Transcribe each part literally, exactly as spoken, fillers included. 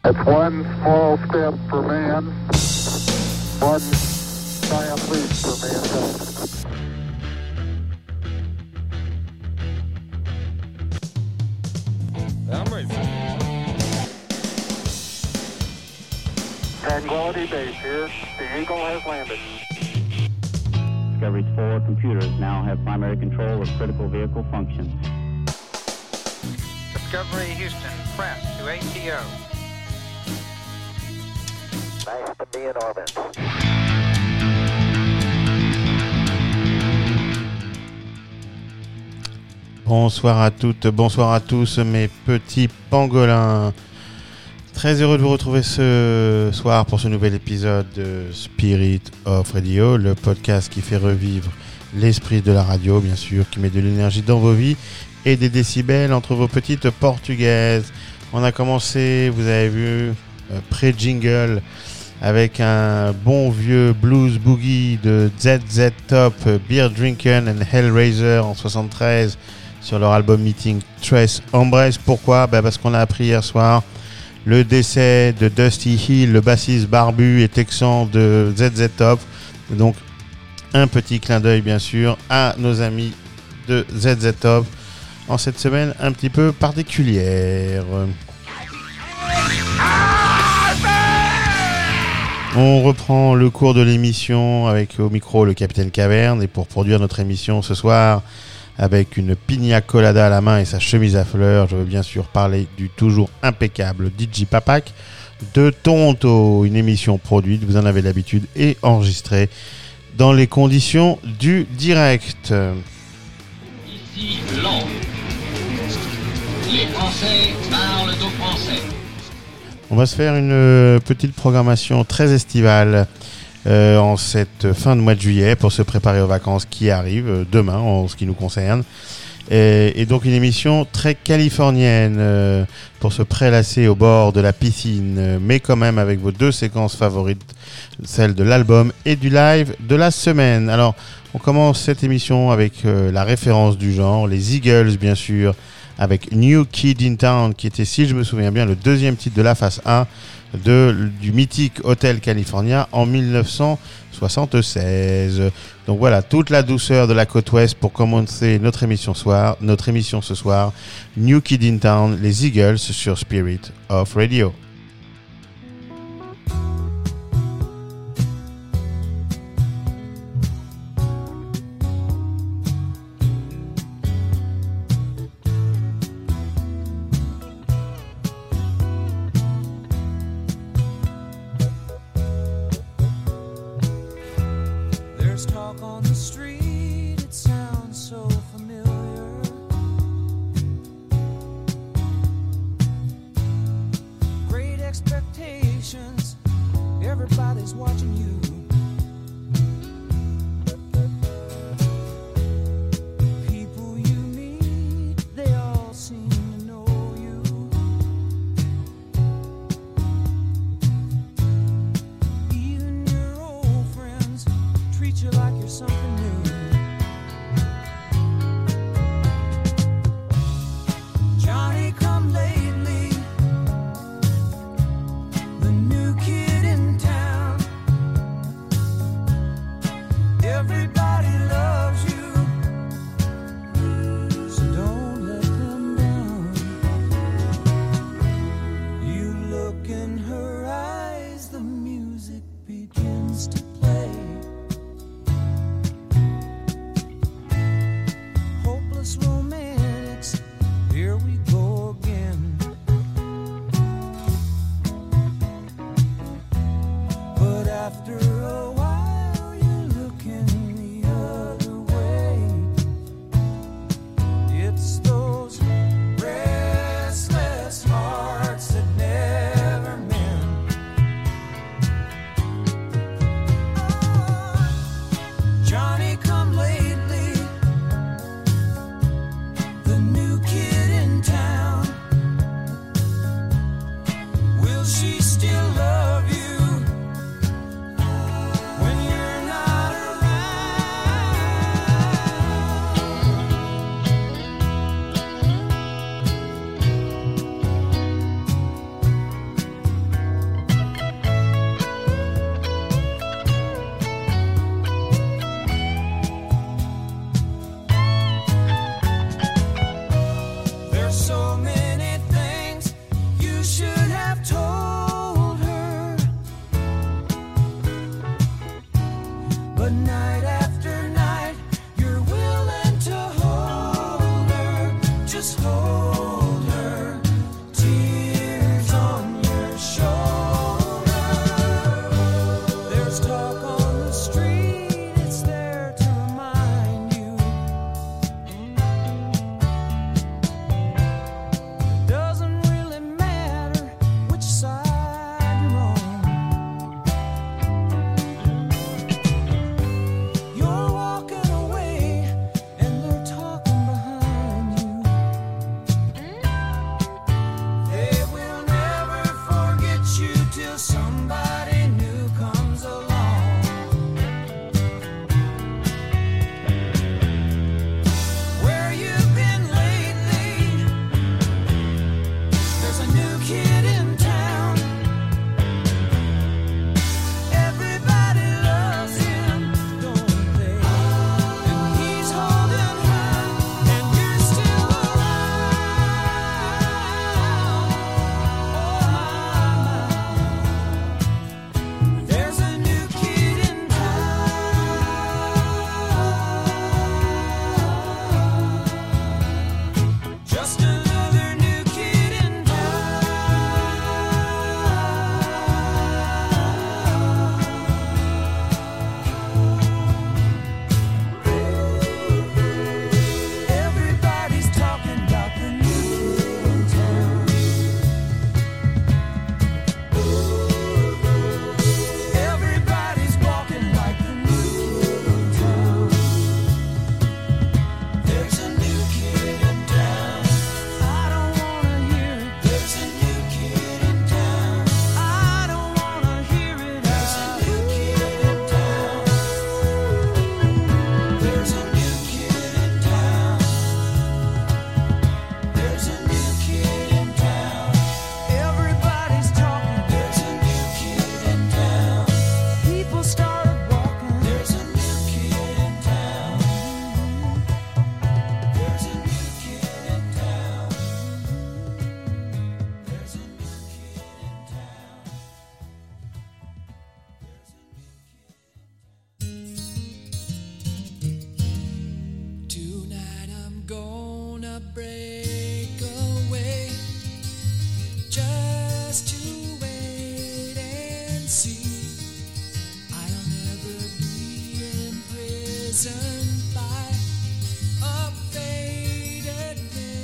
It's one small step for man, one giant leap for mankind. I'm ready. Tranquility Base here. The Eagle has landed. Discovery's four computers now have primary control of critical vehicle functions. Discovery Houston, press to A T O. Nice to be in orbit. Bonsoir à toutes, bonsoir à tous mes petits pangolins. Très heureux de vous retrouver ce soir pour ce nouvel épisode de Spirit of Radio, le podcast qui fait revivre l'esprit de la radio, bien sûr, qui met de l'énergie dans vos vies et des décibels entre vos petites portugaises. On a commencé, vous avez vu, euh, pré-jingle avec un bon vieux blues boogie de Z Z Top, Beer Drinkin' and Hellraiser en soixante-treize sur leur album Meeting Tres Hombres. Pourquoi ? Ben parce qu'on a appris hier soir le décès de Dusty Hill, le bassiste barbu et texan de Z Z Top. Donc un petit clin d'œil bien sûr à nos amis de Z Z Top en cette semaine un petit peu particulière. On reprend le cours de l'émission avec au micro le Capitaine Caverne, et pour produire notre émission ce soir avec une pina colada à la main et sa chemise à fleurs, je veux bien sûr parler du toujours impeccable D J Papak de Toronto, une émission produite, vous en avez l'habitude, et enregistrée dans les conditions du direct. Ici Londres. Les Français parlent aux Français. On va se faire une euh, petite programmation très estivale euh, en cette fin de mois de juillet pour se préparer aux vacances qui arrivent euh, demain en ce qui nous concerne. Et, et donc une émission très californienne euh, pour se prélasser au bord de la piscine, euh, mais quand même avec vos deux séquences favorites, celle de l'album et du live de la semaine. Alors on commence cette émission avec euh, la référence du genre, les Eagles bien sûr, avec New Kid in Town, qui était, si je me souviens bien, le deuxième titre de la phase un de, du mythique Hotel California en dix-neuf cent soixante-seize. Donc voilà, toute la douceur de la côte ouest pour commencer notre émission, soir, notre émission ce soir. New Kid in Town, les Eagles sur Spirit of Radio. Begins to play. night after night, you're willing to hold her, just hold her, tears on your shoulder. There's talk on the street, it's there to remind you. Doesn't really matter which side you're on. You're walking away and they're talking behind you. They will never forget you till somebody new comes along. Where you've been lately? There's a new kid in town. Everybody loves him, don't they? And he's holding her, and you're still around. Oh my, my. There's a new kid in town. Just another new kid in town. Everybody's talking about the new kid in town. Everybody's walking like the new kid in town. There's a new kid in town. I don't wanna hear it. There's a new kid in town. I don't wanna hear it. There's a new kid in town. There's a new kid in town. There's a new kid in town. Everybody's talking. There's a new kid in town. People started walking. There's a new kid in town. There's a new kid in town. There's a new kid in town. Tonight I'm gonna break away just to wait and see. I'll never be imprisoned by a faded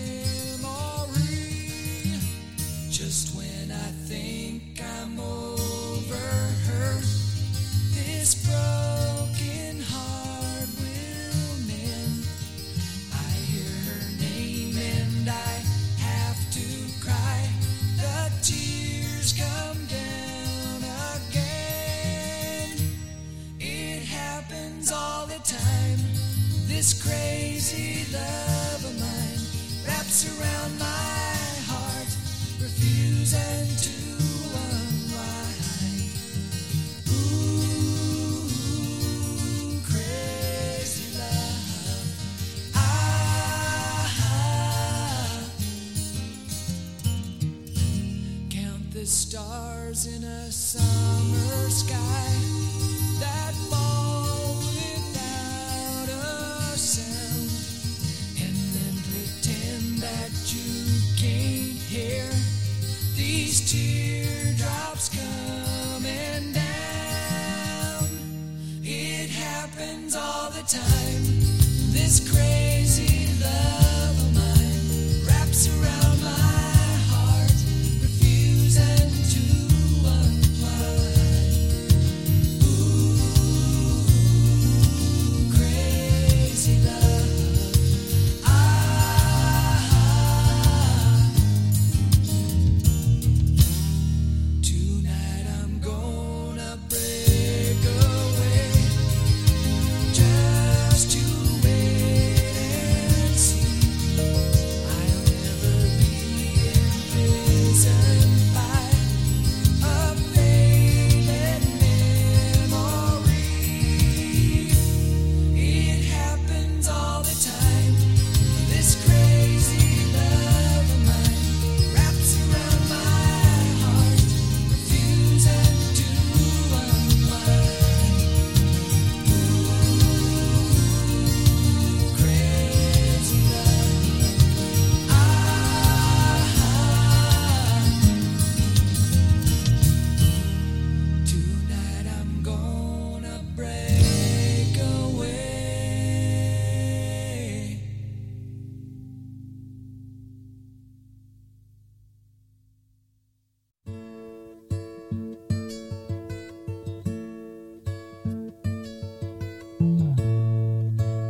memory. Just when I think I'm over her, this broken heart will mend. I hear her name and I have to cry. The tears come down again. It happens all the time. This crazy love of mine wraps around my heart, refusing to unwind. Ooh, crazy love. Ah, count the stars in a summer sky that fall without a sound, and then pretend that you can't hear these teardrops coming down. It happens all the time. This crazy love of mine wraps around my heart, refusing to unwind. Ooh, crazy love. Ah, tonight I'm gonna break away just to wait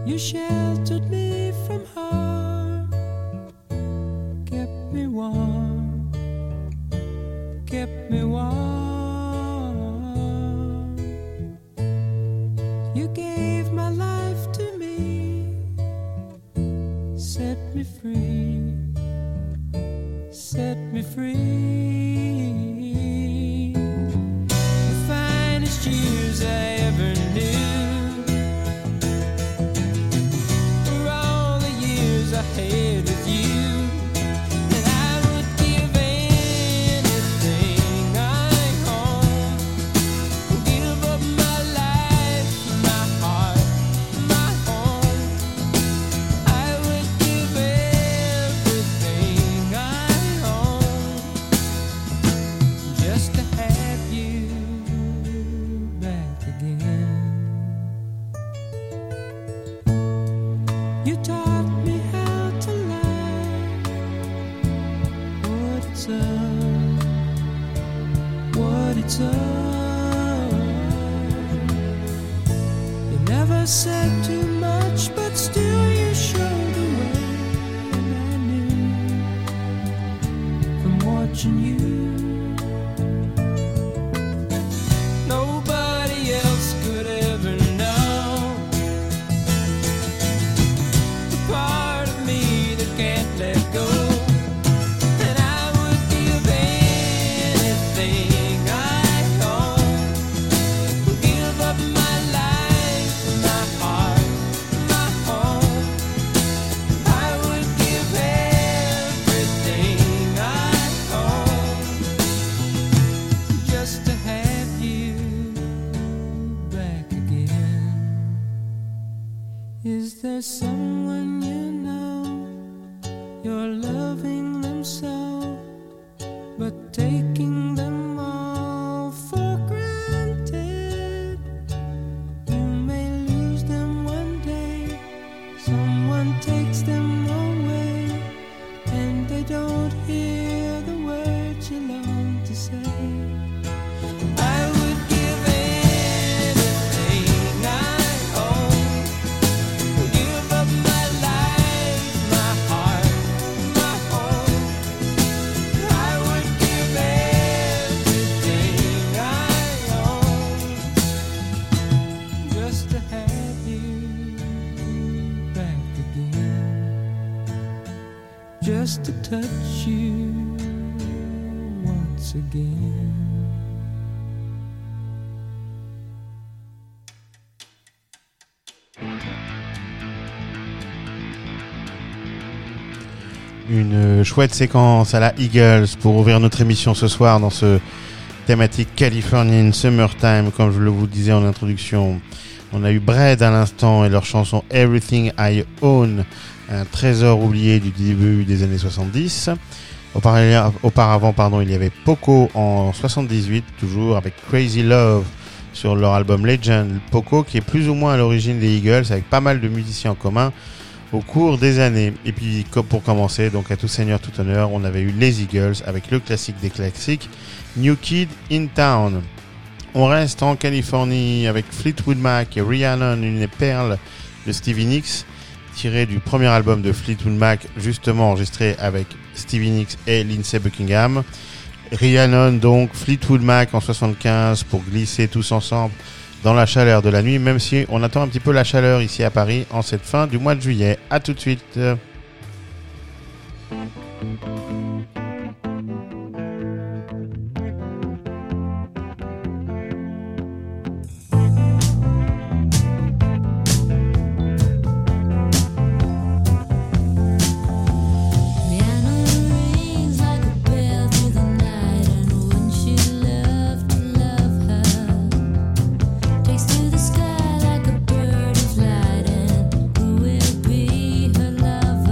You sheltered me from harm, kept me warm, kept me warm. You gave my life to me, set me free, set me free. The finest years I ever knew, I had with you, and I would give anything I own, give up my life, my heart, my home. I would give everything I own just to have you back again. You taught me what it's all. You never said too much, but still you showed the way, and I knew from watching you. Nobody else could ever know the part of me that can't let go. Is there someone you know, you're loving them so, but taking them all for granted? You may lose them one day, someone takes them away, and they don't hear the words you long to say. I would give anything I own, give up my life, my heart, my home. I would give everything I own just to have you back again, just to touch you once again. Une chouette séquence à la Eagles pour ouvrir notre émission ce soir dans ce thématique Californian Summertime, comme je le vous disais en introduction. On a eu Bread à l'instant et leur chanson Everything I Own, un trésor oublié du début des années soixante-dix. Auparavant, auparavant pardon, il y avait Poco en soixante-dix-huit, toujours avec Crazy Love sur leur album Legend. Poco qui est plus ou moins à l'origine des Eagles, avec pas mal de musiciens en commun au cours des années. Et puis pour commencer, donc à tout seigneur tout honneur, on avait eu les Eagles avec le classique des classiques, New Kid in Town. On reste en Californie avec Fleetwood Mac et Rhiannon, une des perles de Stevie Nicks, tirée du premier album de Fleetwood Mac, justement enregistré avec Stevie Nicks et Lindsey Buckingham. Rhiannon donc, Fleetwood Mac en soixante-quinze pour glisser tous ensemble dans la chaleur de la nuit, même si on attend un petit peu la chaleur ici à Paris en cette fin du mois de juillet. À tout de suite. Sky like a bird of light, and who will be her lover?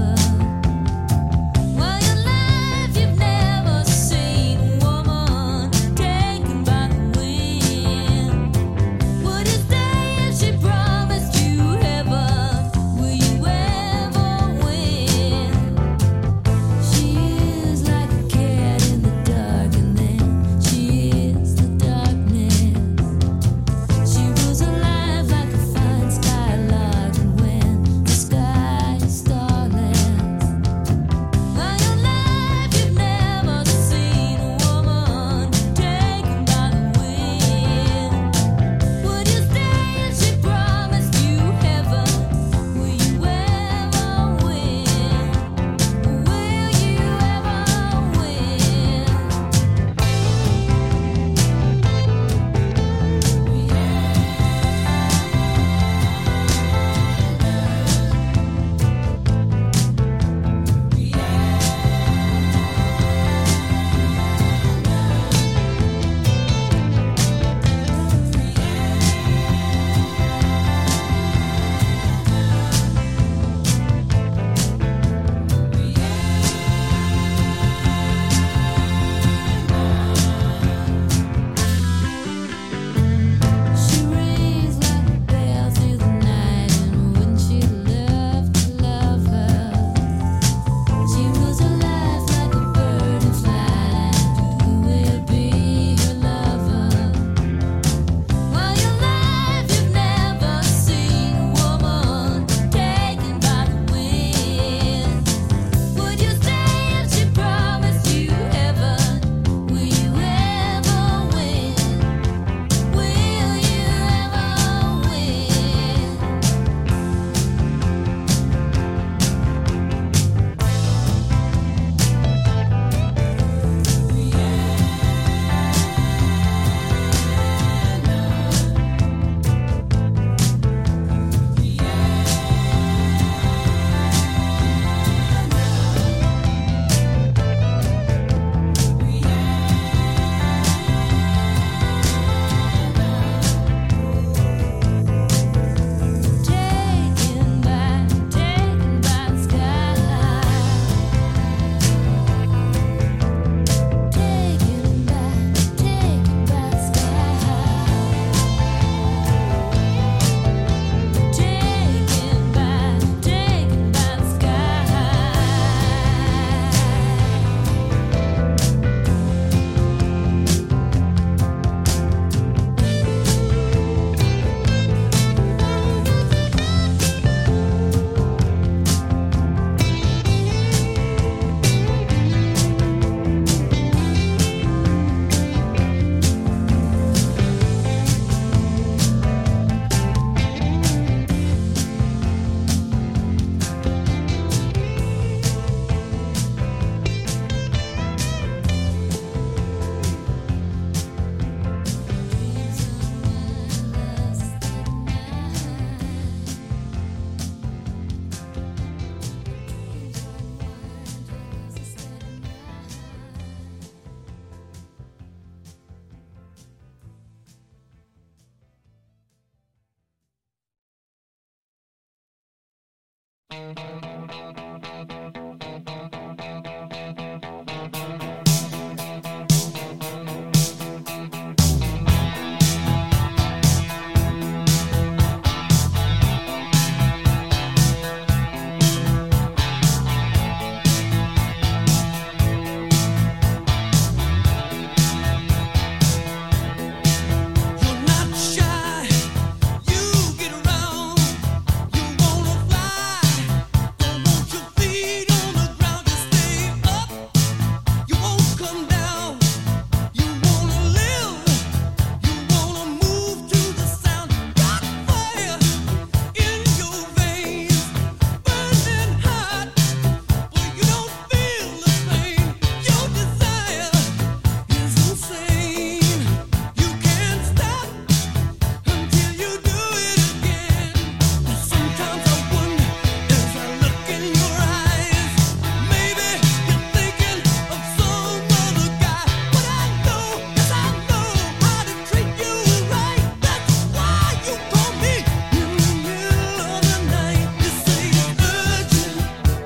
You're not shy, you get around, you wanna fly, don't want your feet on the ground, you stay up, you won't come down, you wanna live, you wanna move to the sound, got fire in your veins, burning hot, but you don't feel the pain, your desire is insane, you can't stop until you do it again. Sometimes I wonder as I look in your eyes, maybe you're thinking of some other guy. But I know, 'cause I know how to treat you right. That's why you call me in the middle of the night. You say it's urgent,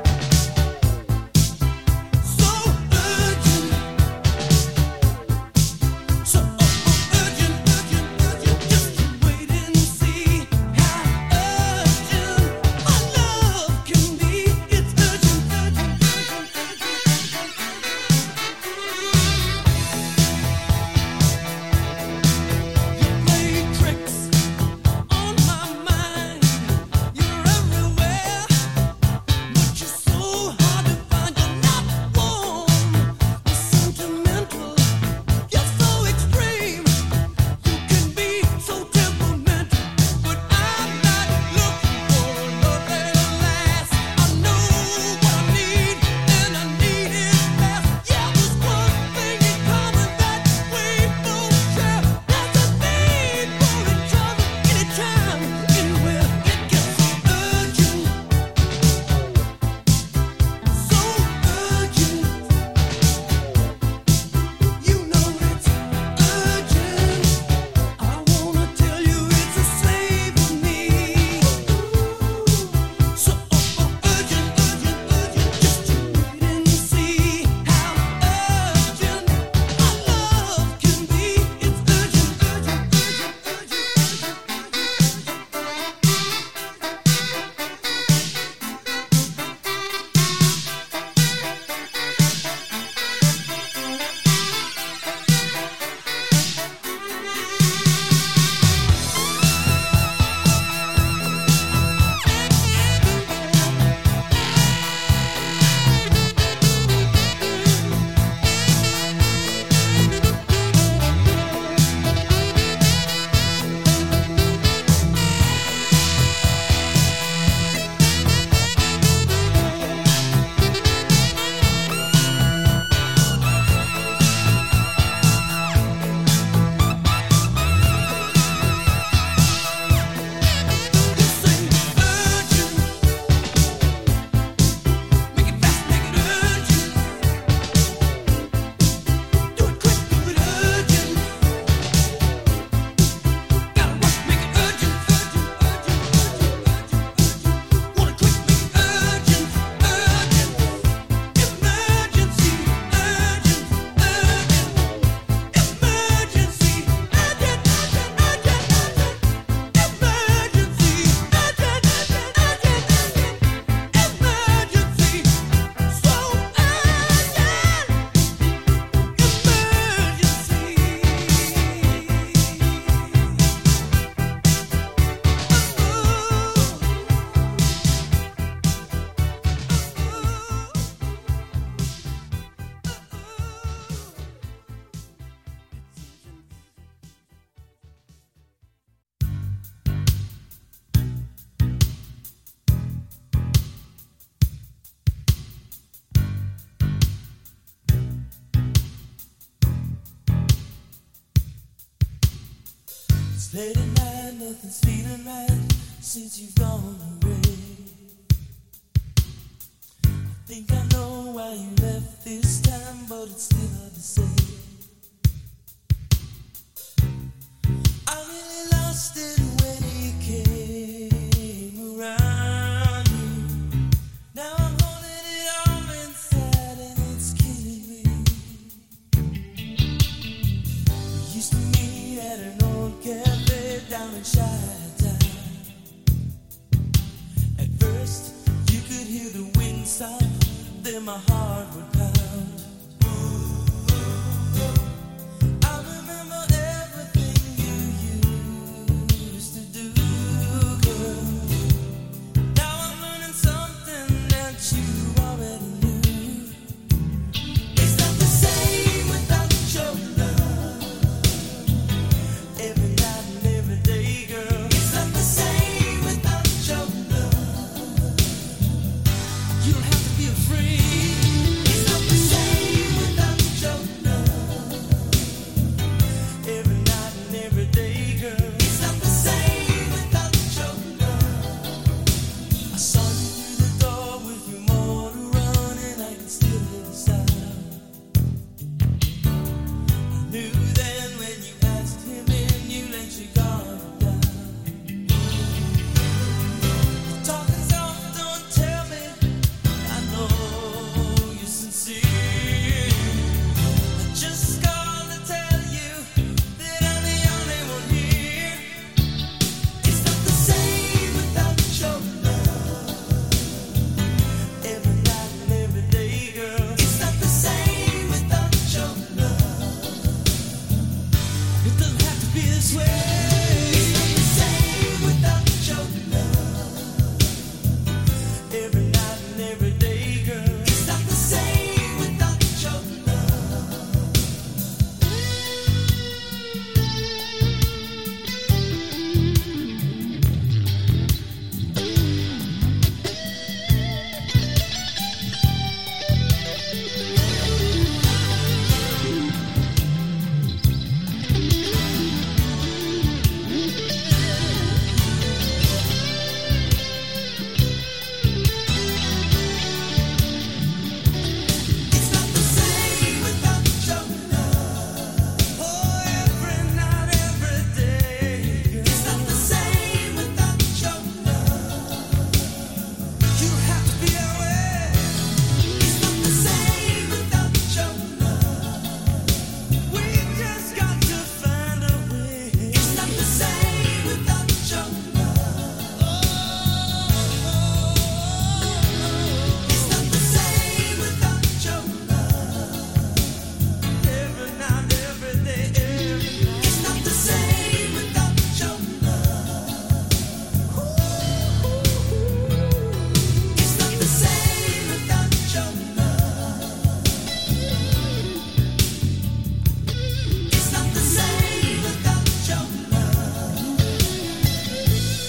so urgent. So urgent, urgent, urgent, just wait and see how urgent my love can be. It's urgent, urgent, urgent, urgent. You play tricks on my mind. You're everywhere, but you're so hard to find. You're not warm or sentimental. You're so extreme, you can be so temperamental, but I'm not looking for love that'll last. I know what I need, and I need it fast. Yeah, there's one thing in common that we both share. That's a need for each other, anytime, anywhere. It gets so urgent, so urgent. You know it's urgent. I wanna tell you it's a saving me. So urgent, urgent, urgent. Just to wait and see how urgent my love can be. It's urgent, urgent, urgent, You say urgent, make it fast, make it urgent. Do it quick, do it urgent. Gotta rush, make it urgent, urgent, urgent, urgent, urgent, urgent. Want it quick, make it urgent, urgent. Emergency, urgent, urgent. Emergency, urgent, urgent, urgent, urgent. Emergency, urgent, urgent, urgent, urgent. Emergency, so It's late at night, nothing's feeling right since you've gone away. I think I know why you left this time, but it's still hard to say. I really lost it when you came around. then my heart would pound. I remember everything you used to do, girl. Now I'm learning something that you already knew. It's not the same without your love. Every night and every day, girl. It's not the same without your love. You don't have to be afraid. It's not the same without your love. Every night and every day, girl. It's not the same without your love. I saw you through the door with your motor running. I can still hear the sound. I knew then when you asked him in, you let your guard down. You're talking soft, don't tell me. I know you're sincere. I just called to tell you that I'm the only one here. It's not the same without your love. Every night and every day, girl. It's not the same without your love. It doesn't have to be this way. It's not the same without your love. Every night and every day, girl. It's not the same without your love. It's not the same without your love. Oh, every night, every day, girl. It's not the same without your love. You have to be aware. It's not the same without your love. We just got to find a way. It's not the same without your love. It's not the same without your love. Every night, every day, every night. It's not the same without your love. It's not the same without your love. It's not the same without your love.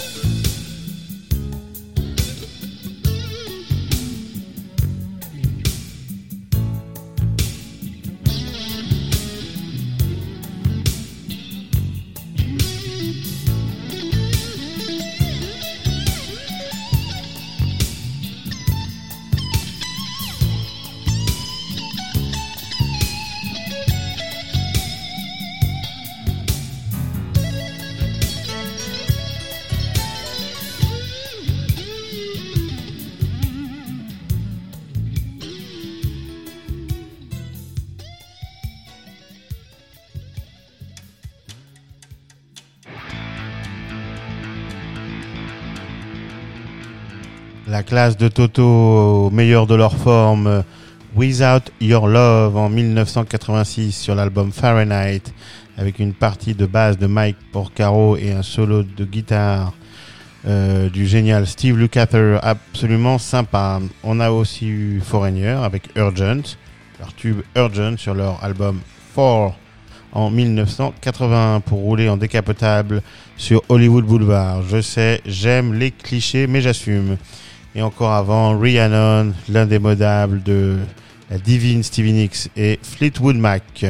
La classe de Toto au meilleur de leur forme, Without Your Love en dix-neuf cent quatre-vingt-six sur l'album Fahrenheit, avec une partie de basse de Mike Porcaro et un solo de guitare euh, du génial Steve Lukather, absolument sympa. On a aussi eu Foreigner avec Urgent, leur tube Urgent sur leur album Four en dix-neuf cent quatre-vingt-un pour rouler en décapotable sur Hollywood Boulevard. Je sais, j'aime les clichés, mais j'assume. Et encore avant, Rhiannon, l'indémodable de la divine Stevie Nicks et Fleetwood Mac.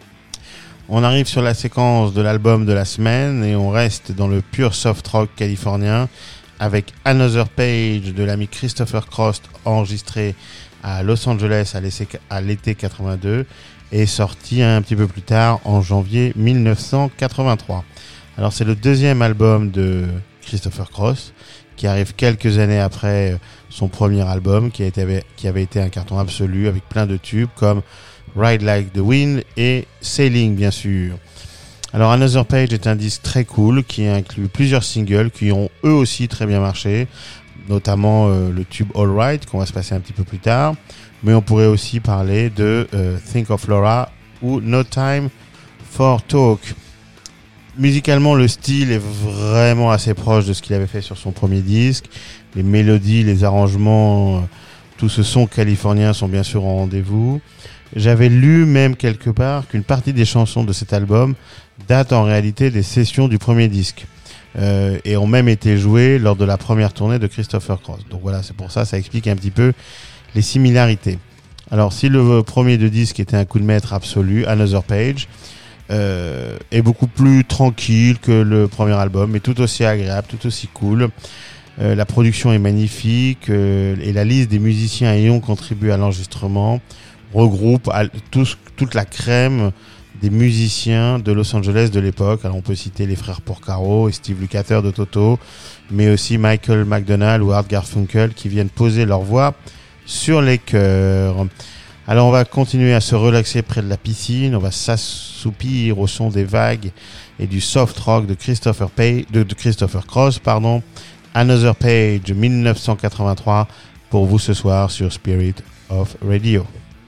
On arrive sur la séquence de l'album de la semaine et on reste dans le pur soft rock californien avec Another Page de l'ami Christopher Cross, enregistré à Los Angeles à l'été quatre-vingt-deux et sorti un petit peu plus tard en janvier dix-neuf cent quatre-vingt-trois. Alors c'est le deuxième album de Christopher Cross qui arrive quelques années après son premier album qui, a été, qui avait été un carton absolu avec plein de tubes comme Ride Like the Wind et Sailing bien sûr. Alors Another Page est un disque très cool qui inclut plusieurs singles qui ont eux aussi très bien marché, notamment euh, le tube All Right qu'on va se passer un petit peu plus tard, mais on pourrait aussi parler de euh, Think of Laura ou No Time for Talk. Musicalement, le style est vraiment assez proche de ce qu'il avait fait sur son premier disque. Les mélodies, les arrangements, euh, tout ce son californien sont bien sûr en rendez-vous. J'avais lu même quelque part qu'une partie des chansons de cet album datent en réalité des sessions du premier disque. Euh, et ont même été jouées lors de la première tournée de Christopher Cross. Donc voilà, c'est pour ça, ça explique un petit peu les similarités. Alors, si le premier de disque était un coup de maître absolu, Another Page euh, est beaucoup plus tranquille que le premier album, mais tout aussi agréable, tout aussi cool. Euh, la production est magnifique euh, et la liste des musiciens ayant contribué à l'enregistrement regroupe à, tous, toute la crème des musiciens de Los Angeles de l'époque. Alors on peut citer les frères Porcaro et Steve Lukather de Toto, mais aussi Michael McDonald ou Art Garfunkel qui viennent poser leur voix sur les chœurs. Alors on va continuer à se relaxer près de la piscine, on va s'assoupir au son des vagues et du soft rock de Christopher, Page, de, de Christopher Cross, pardon. Another Page dix-neuf cent quatre-vingt-trois pour vous ce soir sur Spirit of Radio.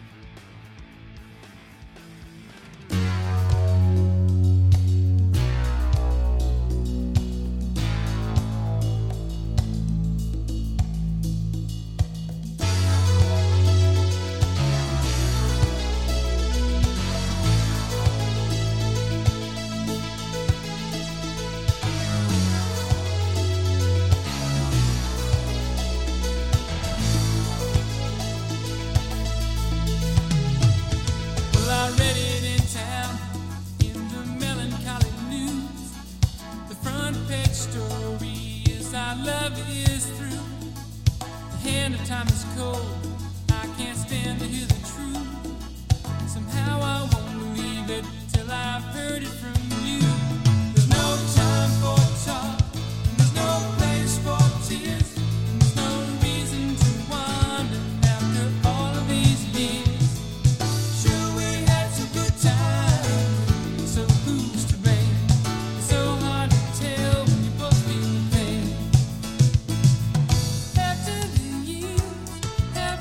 Well, I read it in town in the melancholy news. The front page story is our love is through. The hand of time is cold. I can't stand to hear the truth. Somehow I won't believe it till I've heard it from you. There's no time for talk. And there's no place for tears. And there's no reason to wonder after all of these years. Sure, we had some good times, so who's to blame? It's so hard to tell when you both feel the pain. After the years,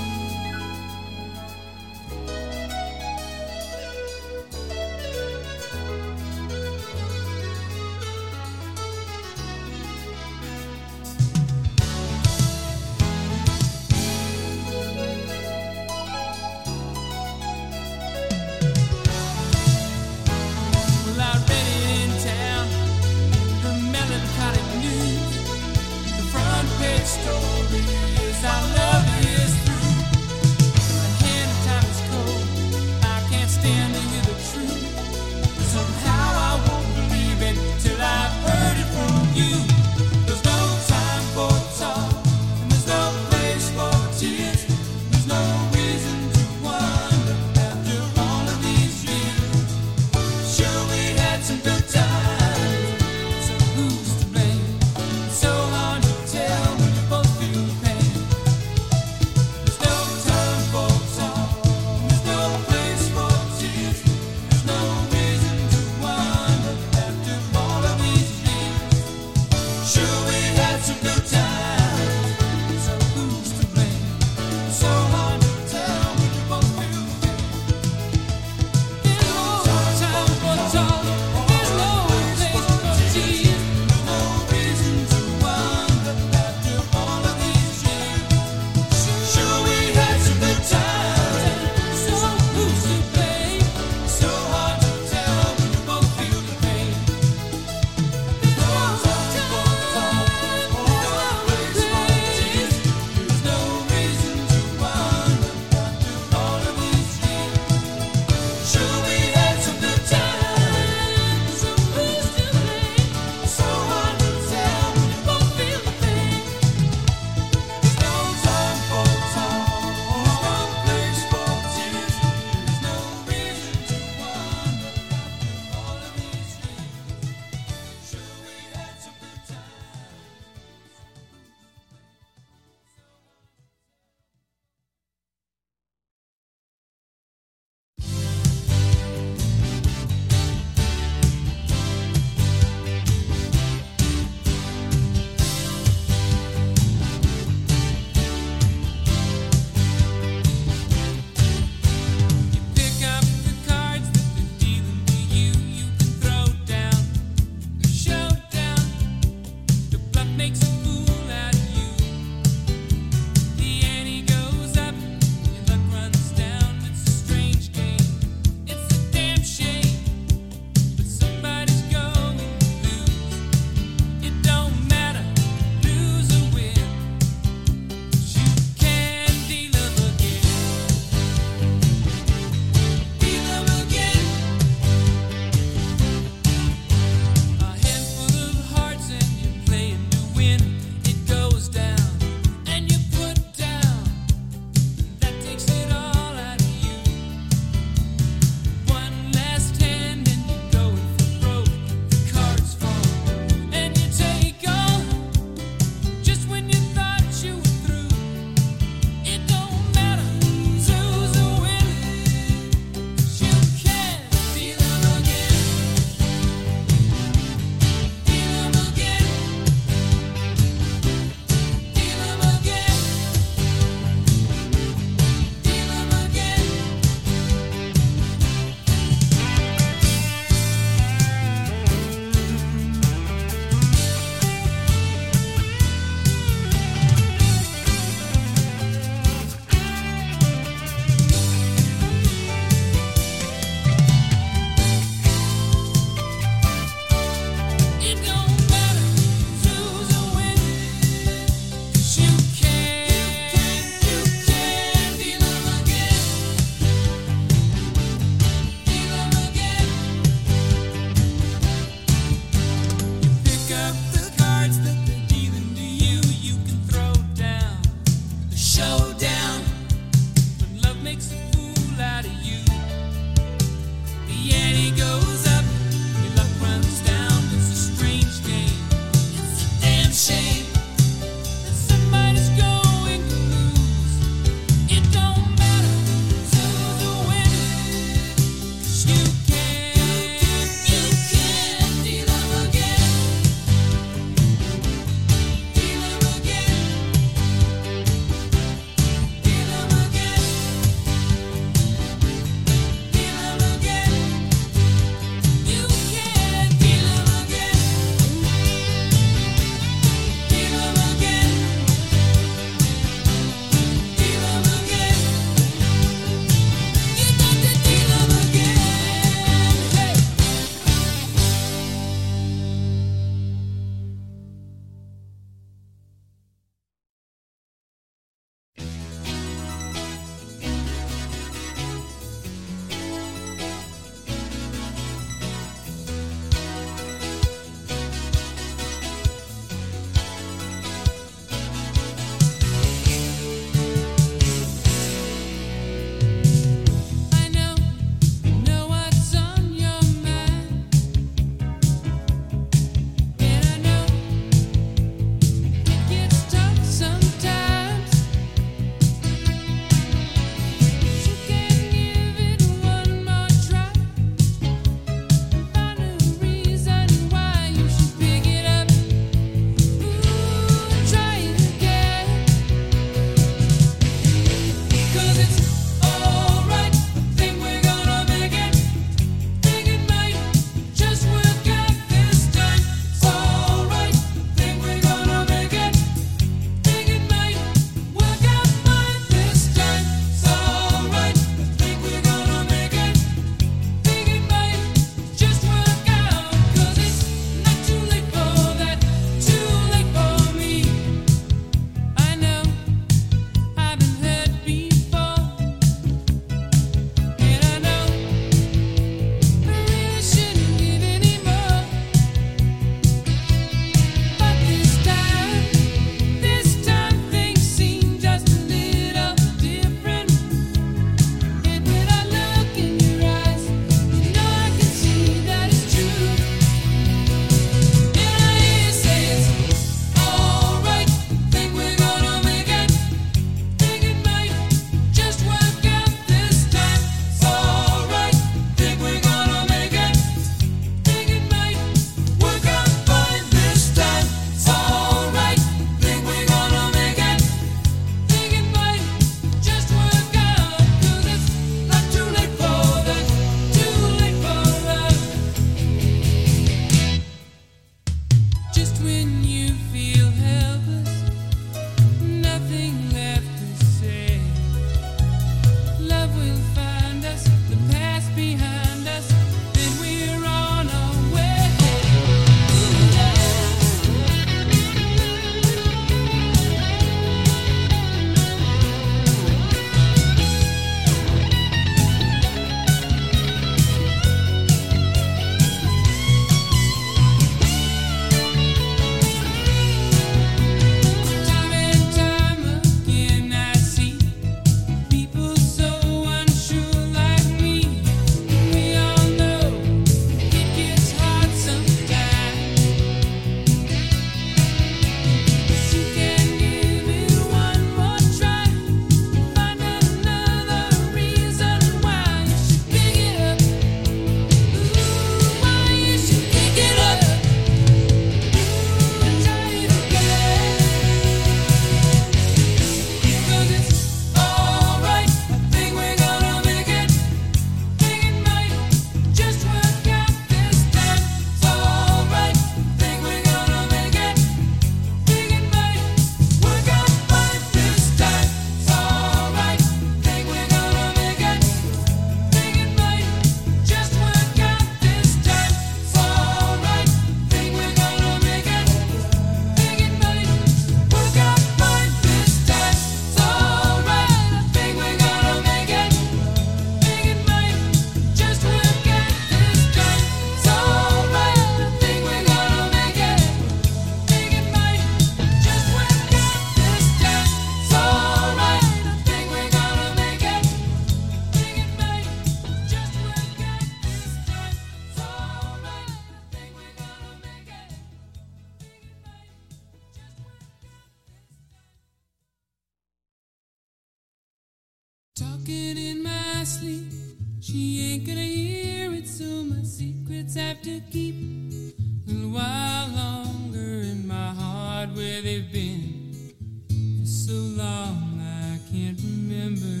Talking in my sleep, she ain't gonna hear it, so my secrets have to keep a little while longer in my heart where they've been for so long I can't remember.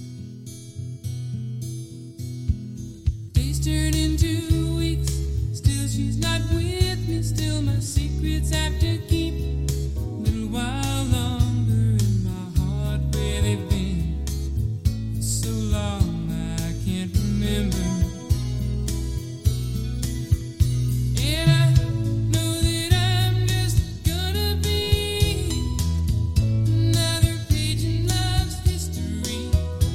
Days turn into weeks, still she's not with me, still my secrets have to keep a little while longer in my heart where they've been for so long I can't remember. And I know that I'm just gonna be another page in love's history,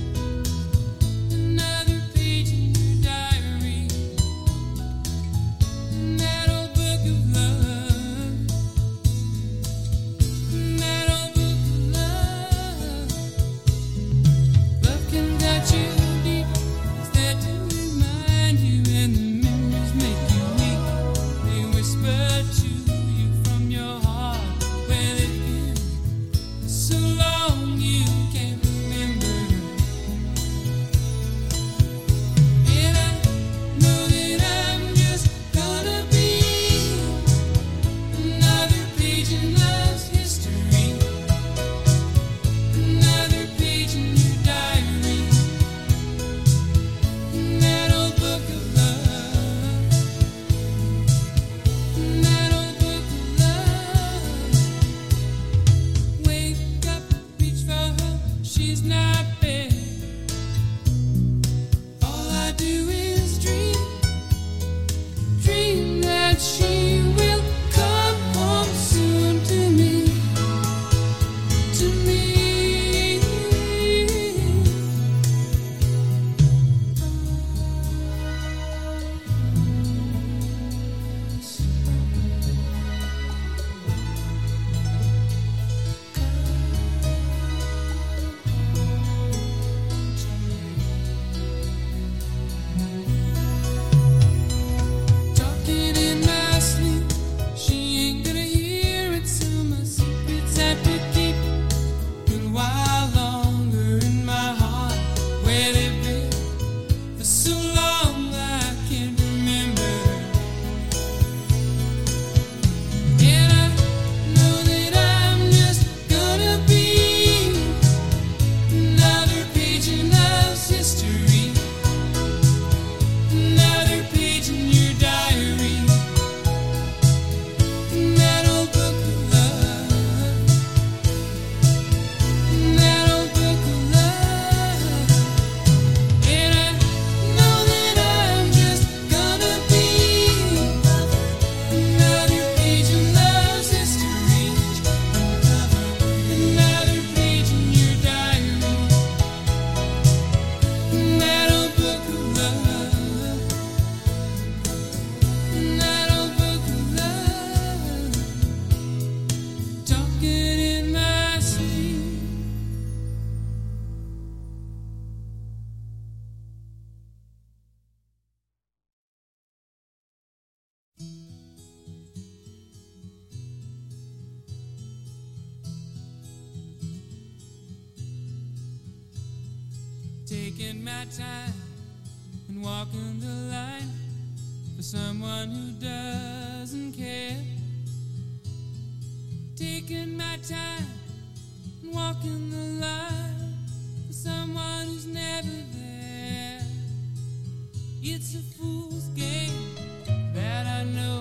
another page in your diary, that old book of love, that old book of love. Love can touch you deep, it's there to remind you, and the memories make you weak. They whisper to you from your heart where they've been for so long you can't remember. And I know that I'm just gonna be another page in love's history, another page in your diary, that old book of love, that old book of love. Wake up, reach for her, she's not there. All I do is dream, dream that she will come home soon to me, to me. Talking in my sleep, she ain't gonna hear it, so my secrets have to keep a little while longer in my heart where they've been for so long I can't remember. And I know that I'm just gonna be another page in love's history, another page in your diary, that old book of love, that old book of love. And I know that I'm just gonna be another page in love's history, another page in your diary, that old book of love, that old book of love. Talking in my sleep. Taking my time and walking the line for someone who doesn't care. Taking my time and walking the line for someone who's never there. It's a fool's game that I know,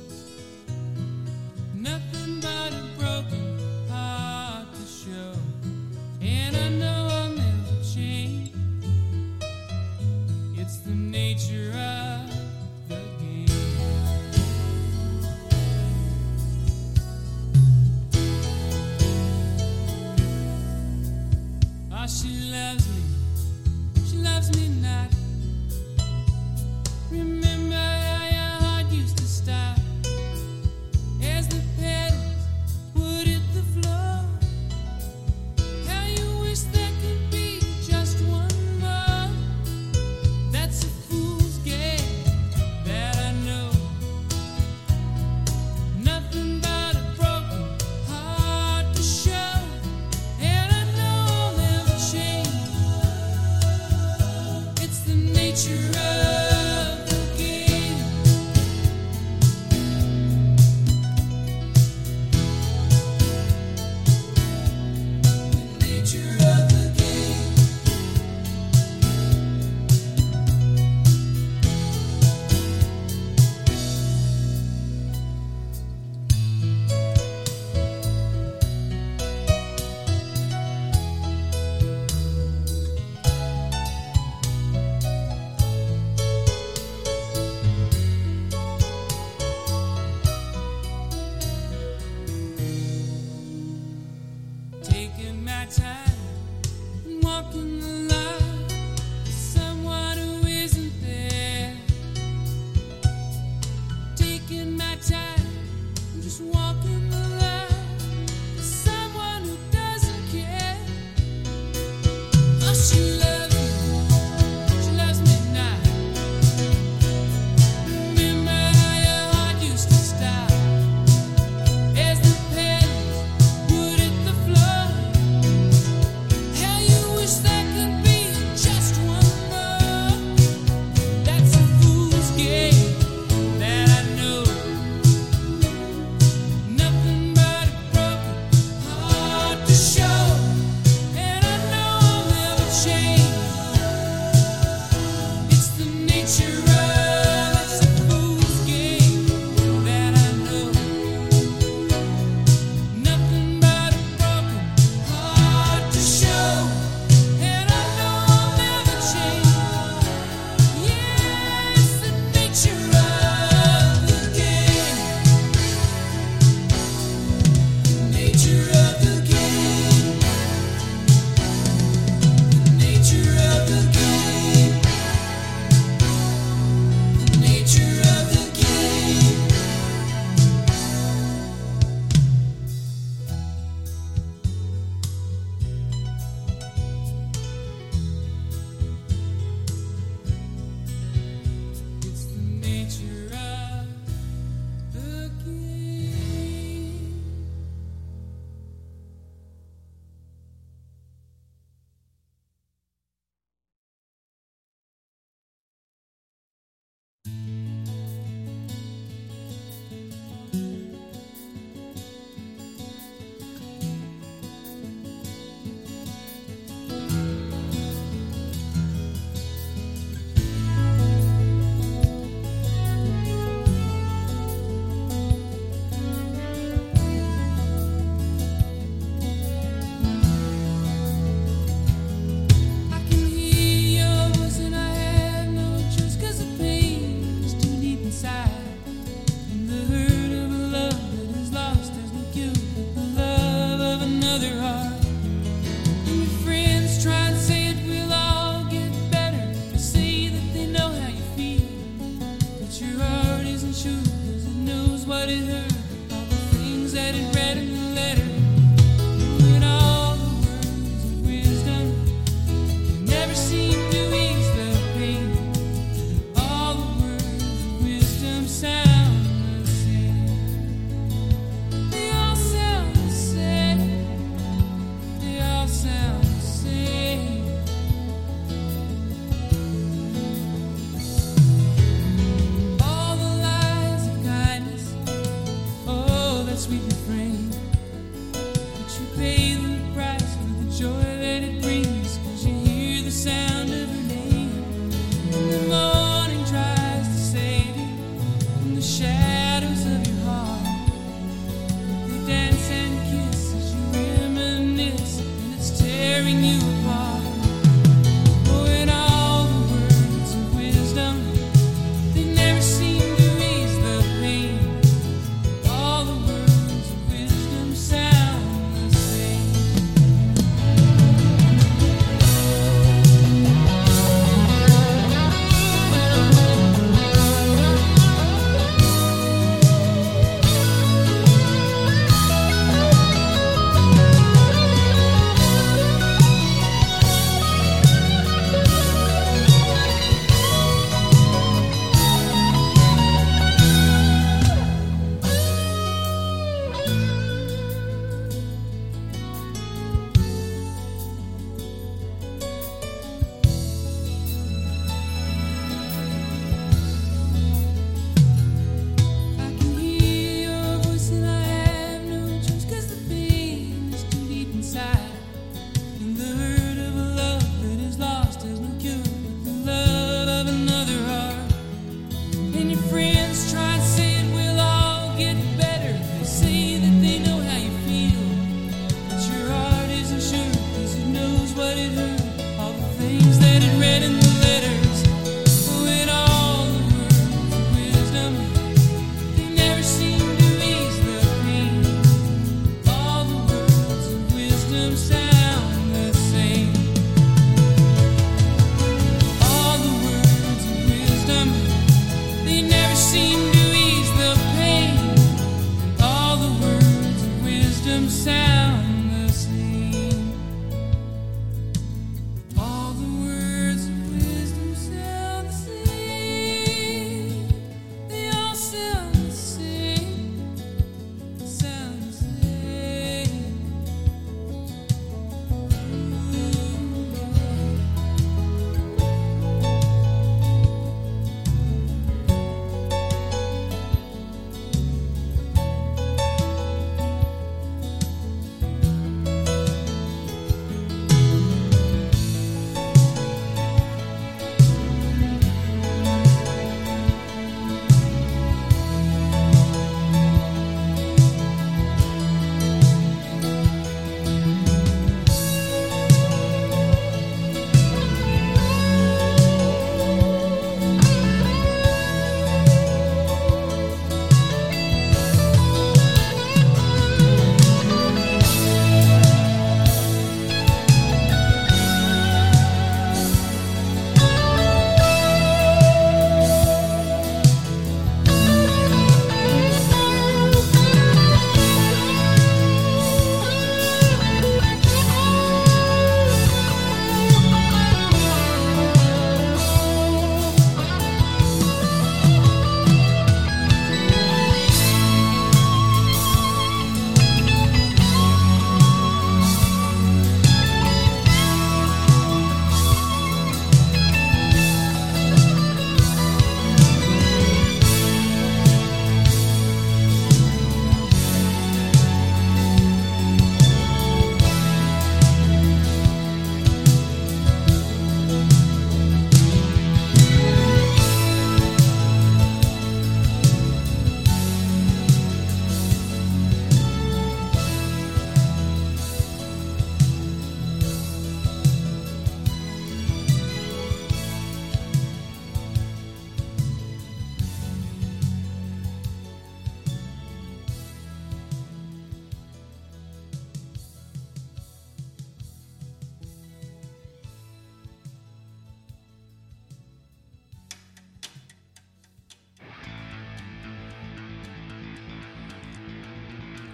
nothing but a broken heart to show. And I know I'll never change, it's the nature of the game. Oh, she loves me, she loves me not. Remember what he heard, all the things that he read in the letter, and all the words of wisdom. He never seemed to ease the pain, and all the words of wisdom sound the same. They all sound the same. They all sound the same. All the lies of kindness, oh, that sweet refrain.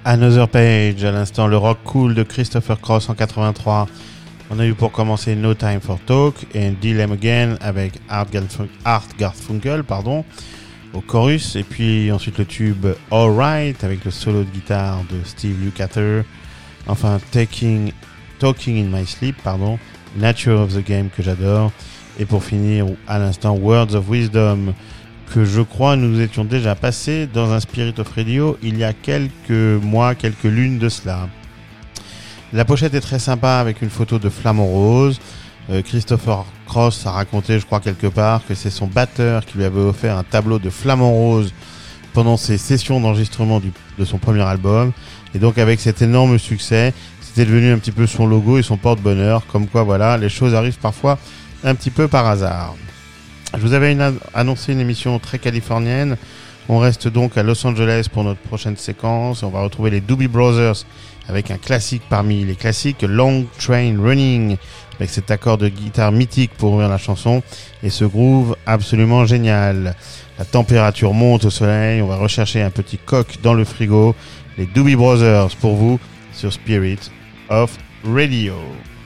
Another Page, à l'instant le rock cool de Christopher Cross en quatre-vingt-trois. On a eu pour commencer No Time for Talk et Dilem Again avec Art, Garfun- Art Garfunkel pardon, au chorus. Et puis ensuite le tube Alright avec le solo de guitare de Steve Lukather. Enfin Taking, Talking in My Sleep, pardon, Nature of the Game que j'adore. Et pour finir, à l'instant, Words of Wisdom, que je crois nous étions déjà passés dans un Spirit of Radio il y a quelques mois, quelques lunes de cela. La pochette est très sympa avec une photo de Flamant Rose. Euh, Christopher Cross a raconté, je crois quelque part, que c'est son batteur qui lui avait offert un tableau de Flamant Rose pendant ses sessions d'enregistrement du, de son premier album. Et donc avec cet énorme succès, c'était devenu un petit peu son logo et son porte-bonheur. Comme quoi, voilà, les choses arrivent parfois un petit peu par hasard. Je vous avais une, annoncé une émission très californienne. On reste donc à Los Angeles pour notre prochaine séquence. On va retrouver les Doobie Brothers avec un classique parmi les classiques, Long Train Running, avec cet accord de guitare mythique pour ouvrir la chanson et ce groove absolument génial. La température monte au soleil. On va rechercher un petit coq dans le frigo. Les Doobie Brothers pour vous sur Spirit of Radio.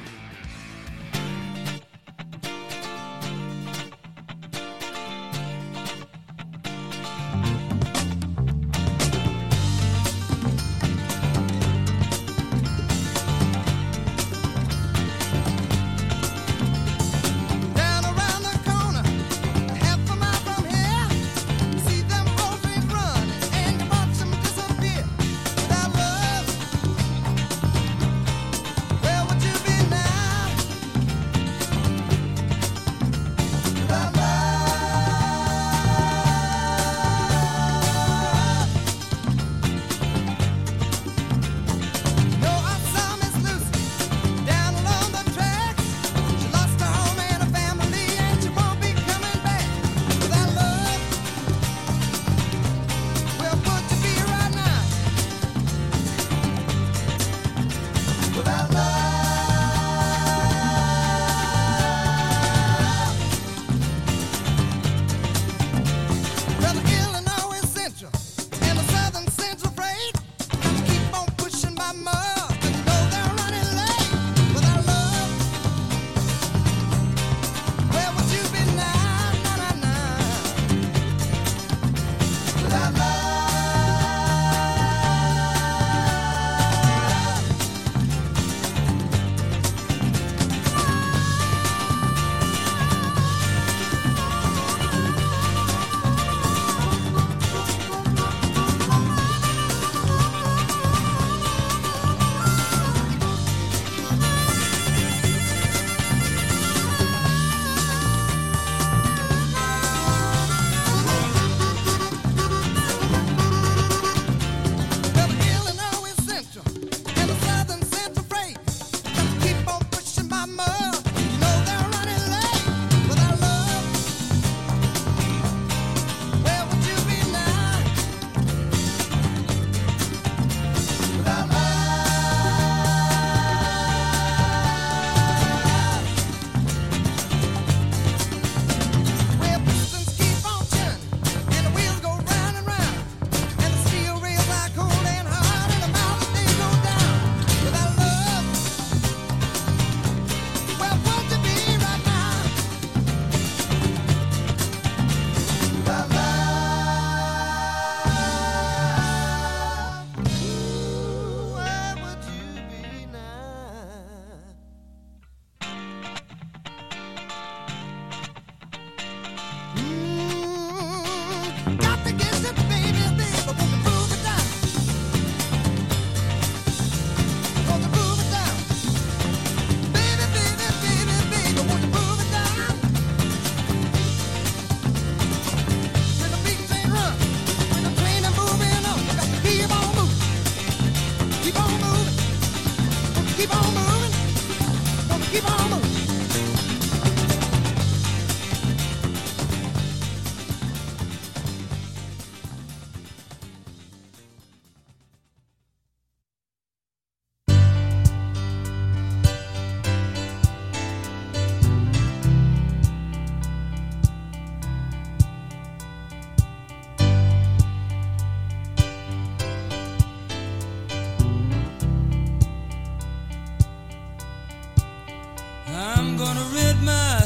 Down around the corner, half a mile from here, see them road trains run, and you watch them disappear. Without love, where would you be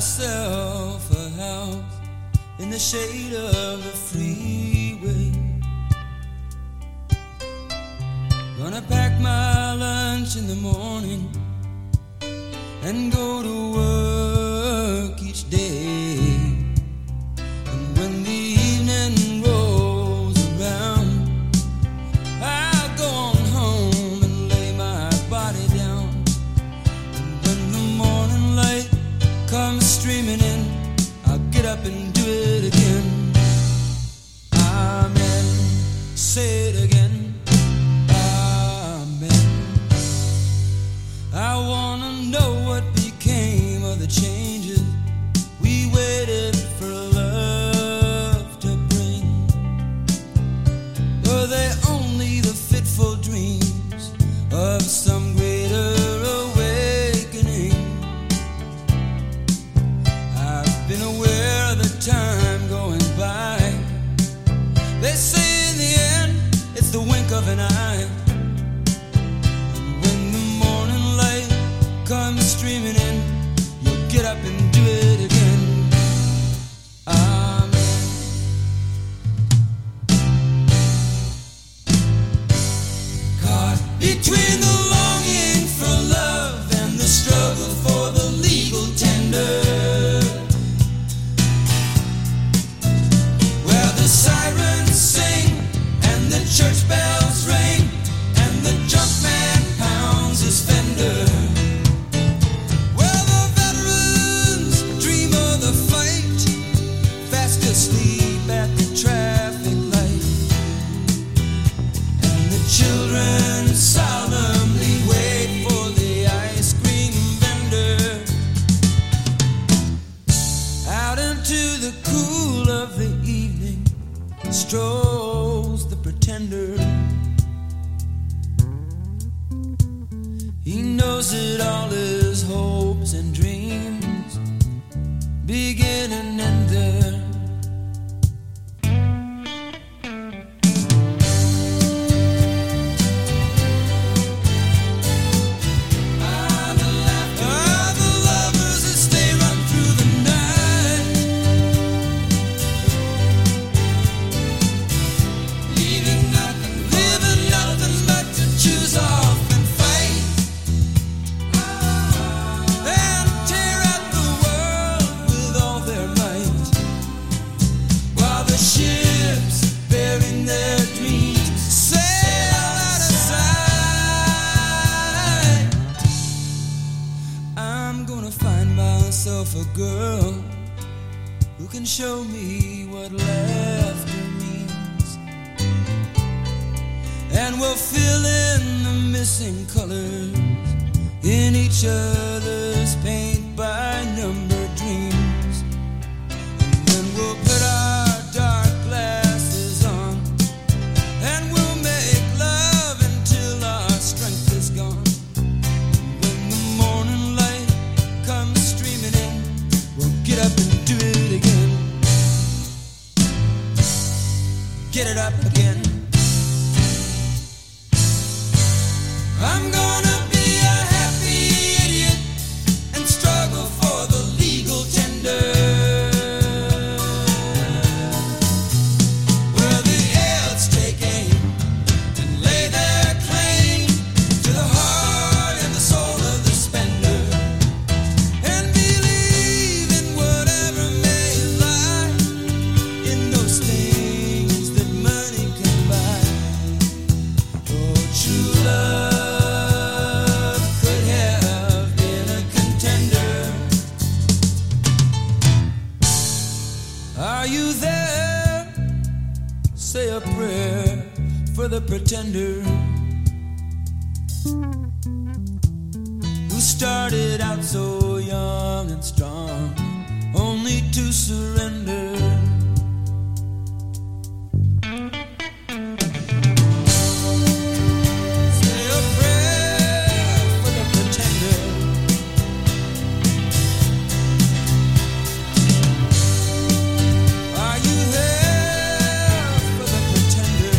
myself a house in the shade of the freeway. Gonna pack my lunch in the morning and go to work each day. And when the evening rolls around, I'll go on home and lay my body down. And when the morning light comes streaming in, I'll get up and do it again. Amen. Say it again. Amen. I wanna know what became of the changes we waited for love to bring. Were they only the fitful dreams of some greater awakening? I've been aware of the time going by. They say in the end it's the wink of an eye. And when the morning light comes streaming in, you'll get up and do it again. Amen. Caught between the longing for love and the struggle for the legal tender, where the sirens sing and the church bells ring and the junk man pounds his fender, where the veterans dream of the fight, fast asleep at the traffic light, and the children solemnly wait for the ice cream vendor. Out into the cool of the evening strolls the pretender. He knows that all his hopes and dreams begin and end there. Ah, the laughter, ah, the lovers that stay run through the night, leaving nothing, living nothing but to choose off and fight and tear at the world with all their might, while the ships bearing their dreams sail out of sight. I'm gonna find myself a girl who can show me what laughter means, and we'll fill in the missing colors in each other's paint by number dreams. And then we'll put our dark glasses on and we'll make love until our strength is gone. When the morning light comes streaming in, we'll get up and do it again. Get it up again. I'm gonna be a happy idiot and struggle for the legal tender, where the elves take aim and lay their claim to the heart and the soul of the spender, and believe in whatever may lie in those things that money can buy. Oh, true love could have been a contender. Are you there? Say a prayer for the pretender who started out so young and strong, only to surrender. Say a prayer for the pretender. Are you there for the pretender?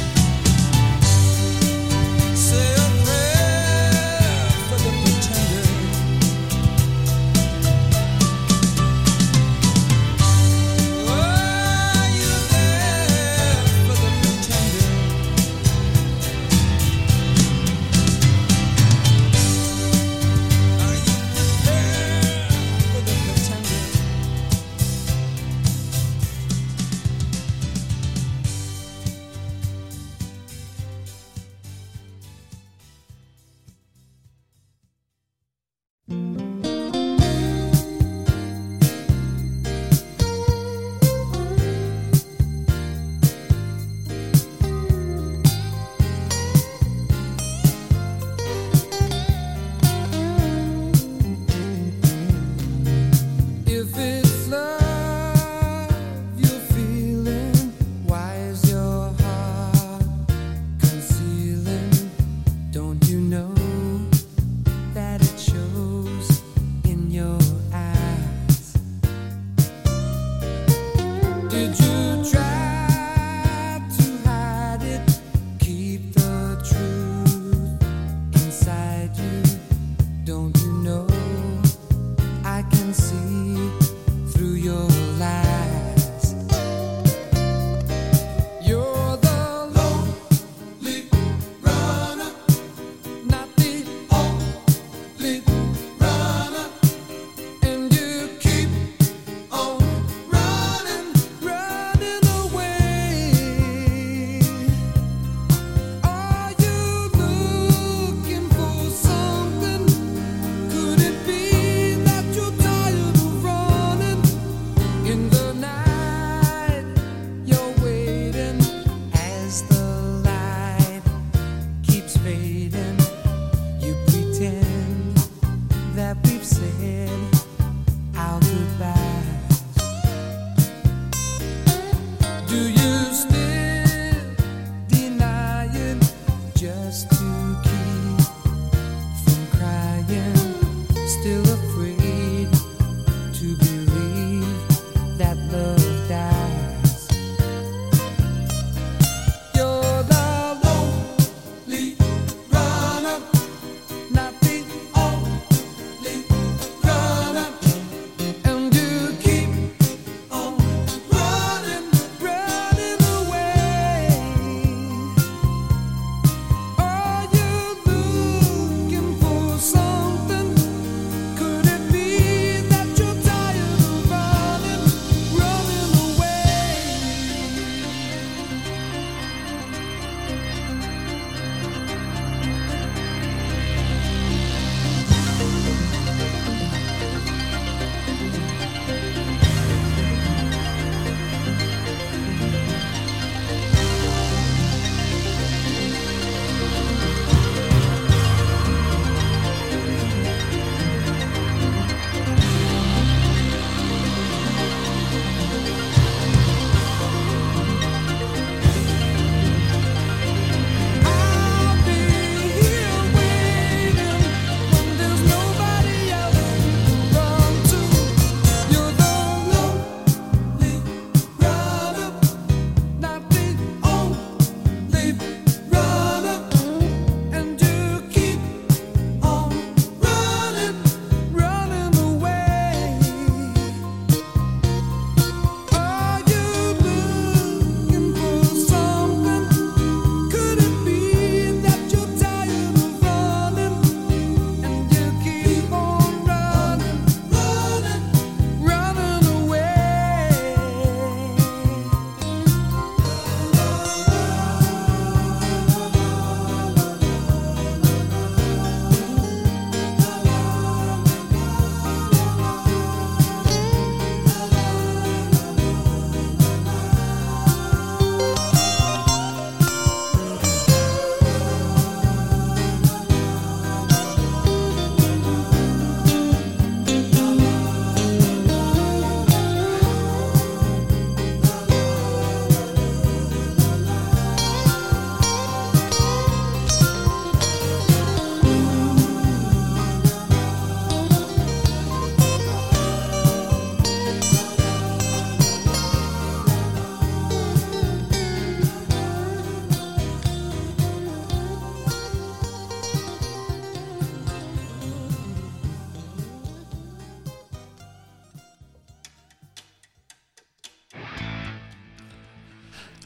Say a prayer for the pretender.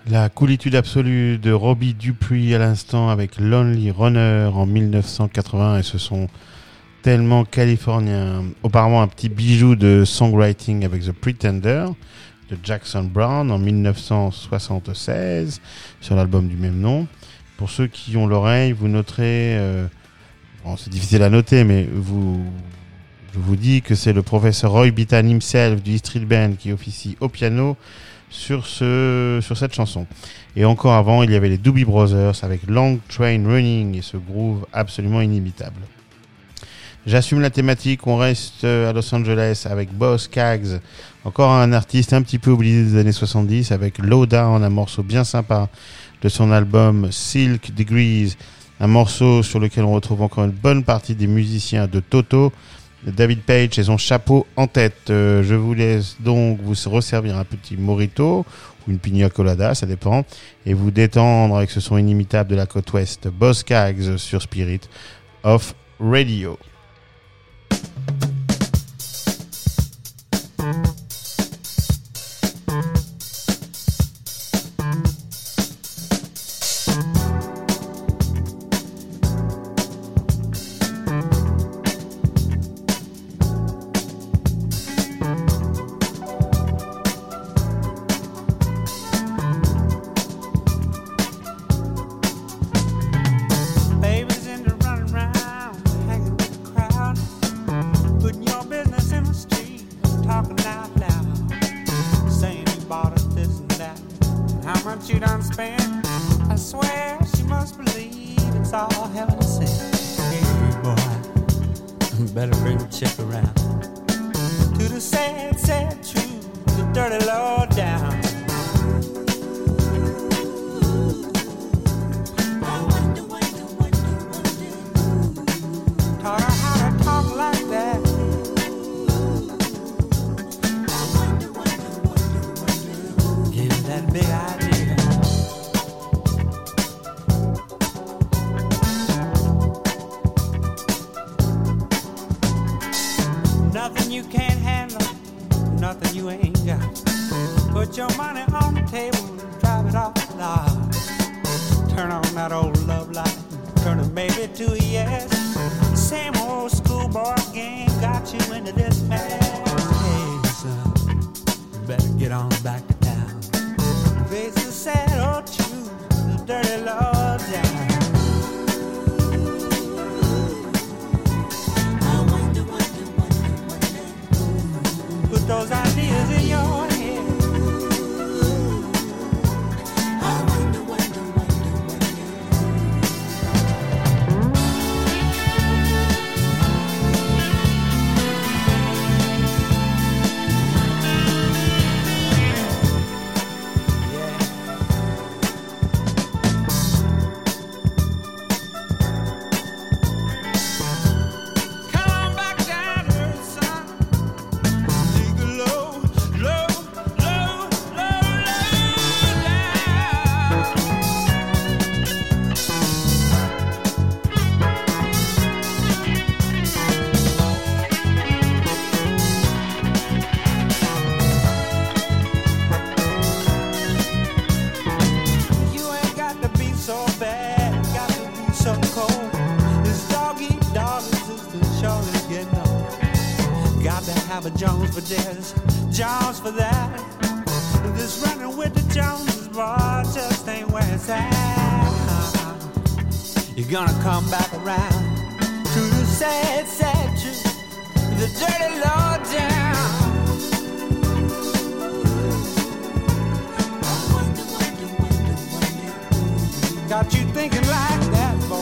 La coolitude absolue de Robbie Dupuis à l'instant avec Lonely Runner en dix-neuf cent quatre-vingts et ce sont tellement californiens. Auparavant, un petit bijou de songwriting avec The Pretender de Jackson Browne en dix-neuf cent soixante-seize sur l'album du même nom. Pour ceux qui ont l'oreille, vous noterez, euh, bon, c'est difficile à noter, mais vous, je vous dis que c'est le professeur Roy Bittan himself du E Street Band qui officie au piano sur, ce, sur cette chanson. Et encore avant, il y avait les Doobie Brothers avec Long Train Running et ce groove absolument inimitable. J'assume la thématique, on reste à Los Angeles avec Boz Scaggs, encore un artiste un petit peu oublié des années soixante-dix avec Lowdown, un morceau bien sympa de son album Silk Degrees, un morceau sur lequel on retrouve encore une bonne partie des musiciens de Toto, David Page et son chapeau en tête. Euh, je vous laisse donc vous resservir un petit mojito ou une pina colada, ça dépend, et vous détendre avec ce son inimitable de la côte ouest, Boz Scaggs sur Spirit of Radio. Babies into running round, hanging with the crowd, putting your business in the street, talking out loud, saying you bought us this and that, and how much you done spent. I swear she must believe it's all heaven sent. Hey boy, better bring the chick around to the sad, sad truth, the dirty low down. Taught her how to talk like that. Gave her that big idea. Nothing you can't handle, nothing you ain't got. Put your money on the table and drive it off the lot. Turn on that old love light, turn a maybe to a yes. Same old schoolboy game got you into this mess. Hey, son, you better get on back to town. Face the sad old truth, the dirty law down. Put those ideas in your head. Come on back down to earth, son. Take a low, low, low, low, low down. You ain't got to be so bad, got to be so cold. This dog eat dog existence sure is getting old. Got to have a Jones for this, Jones for that. This running with the Joneses, boy, just ain't where it's at. You're gonna come back around to the sad, sad truth, the dirty law down. Got you thinking like that, boy.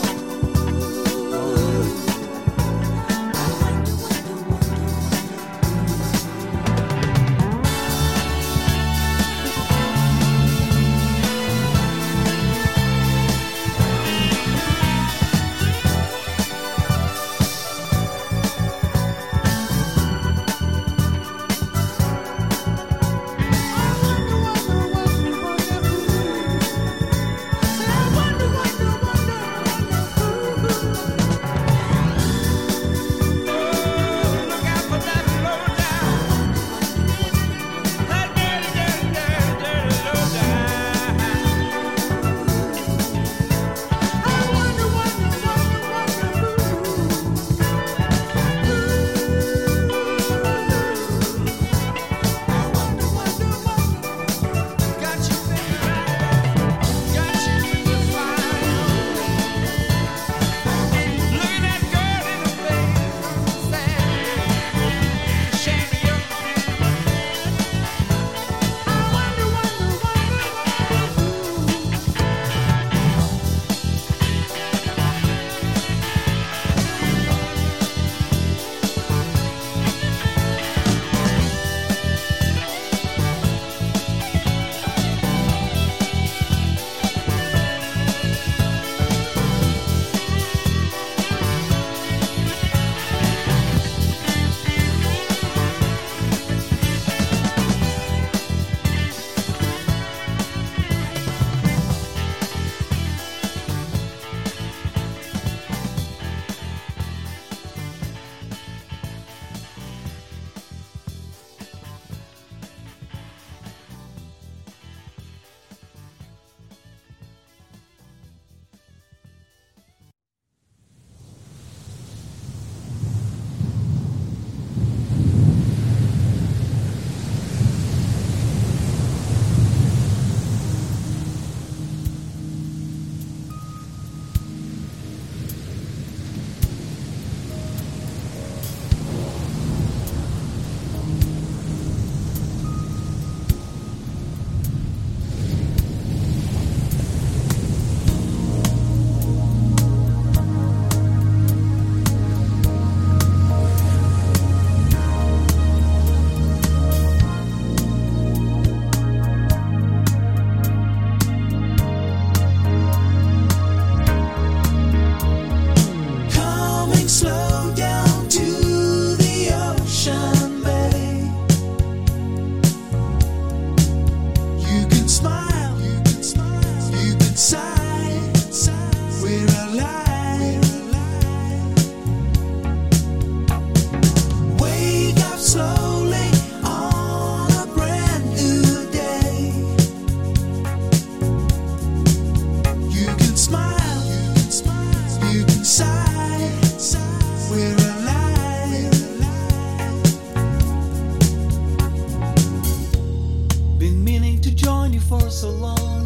to join you for so long.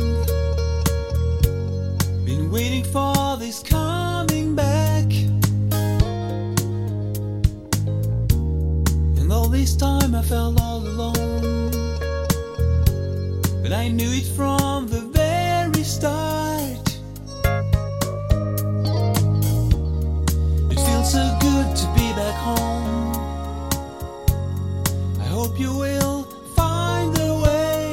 Been waiting for this coming back. And all this time I felt all alone. But I knew it from the very start. It feels so good to be back home. I hope you will find a way.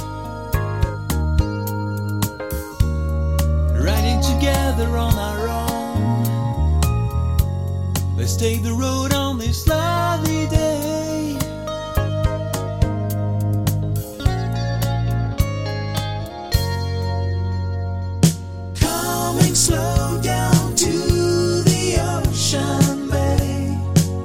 Riding together on our own. Let's take the road on this lovely day. Coming slow down to the ocean bay.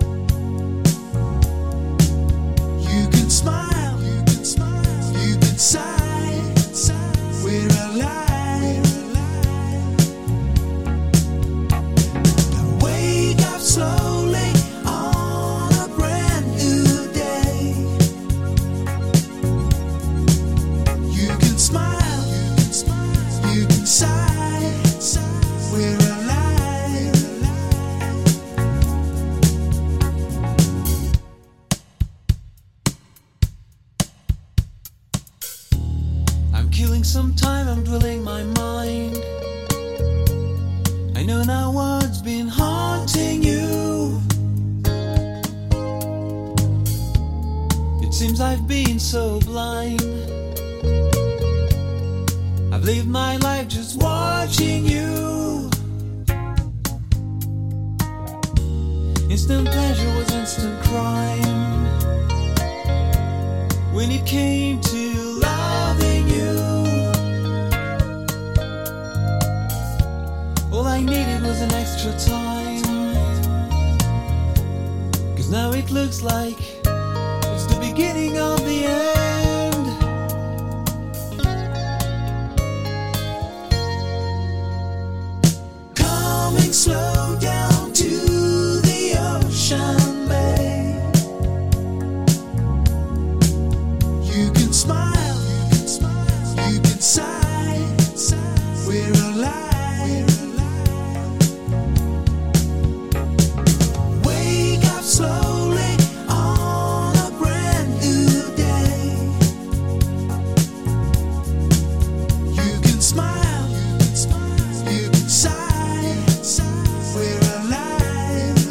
You can smile, you can smile, you can sigh. We're alive. Now wake up slowly on a brand new day. You can smile, you can smile, you can sigh. We're alive. I'm killing some time, I'm dwelling my mind. I know now what's been haunting you. It seems I've been so blind. I've lived my life just watching you. Instant pleasure was instant crime. When it came to loving you, all I needed was an extra time. Cause now it looks like it's the beginning of the end. Coming slow down to the ocean bay. You can smile, you can smile, you can sigh. We're alive. Wake up slowly on a brand new day. You can smile, you can smile, you can sigh. We're alive.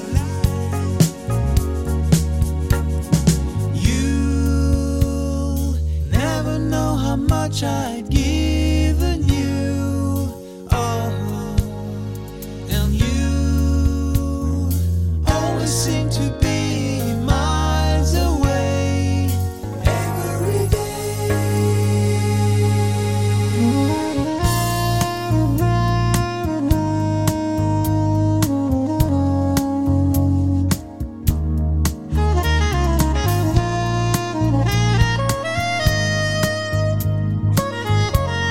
You'll never know how much I'd given you. Oh, and you always seem to be miles away every day.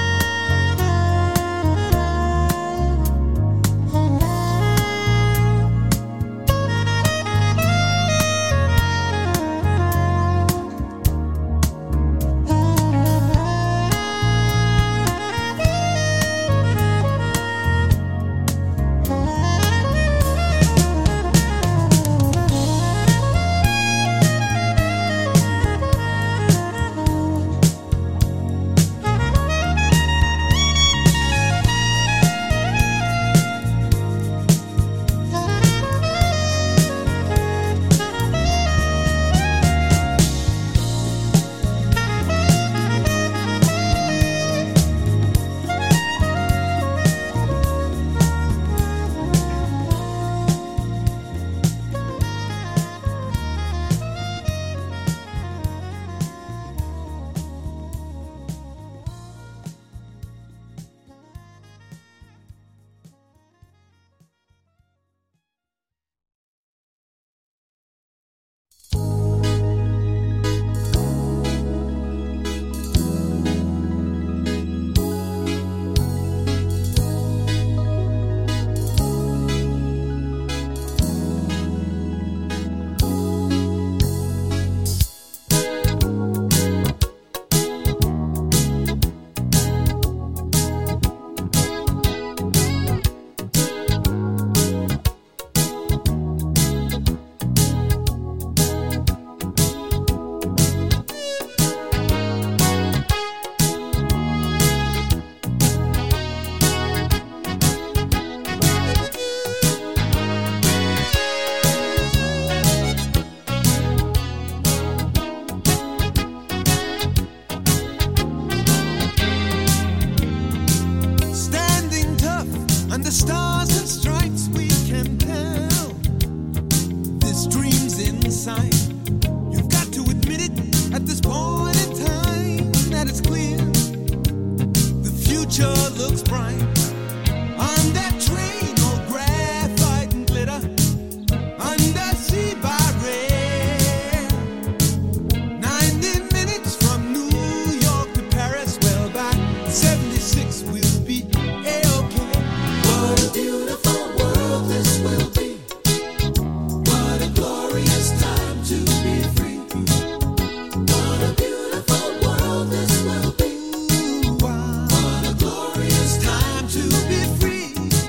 future looks bright. On that train, all graphite and glitter. Undersea by rail. Ninety minutes from New York to Paris. Well, by seventy-six we'll be A-OK. What a beautiful world this will be. What a glorious time to be free. What a beautiful world this will be. What a glorious time to be free.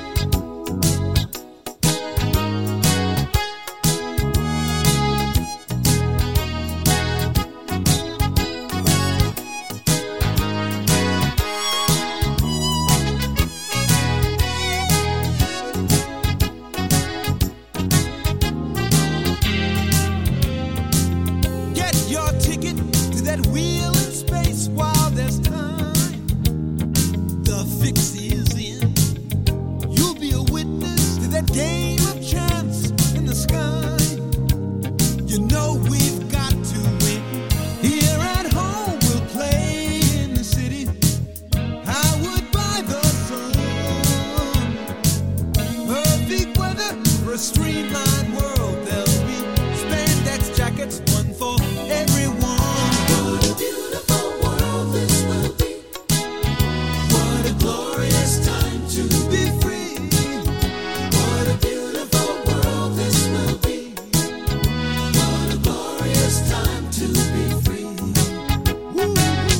Get your ticket to that wheel in space while there's time. The fix is in. You'll be a witness to that game of chance in the sky. You know we've got to win. Here at home we'll play in the city. Howard by the sun. Perfect weather for a streamlined world. There'll be spandex jackets, one for everyone. What a beautiful world this will be. What a glorious time to be free. What a beautiful world this will be. What a glorious time to be free. Woo.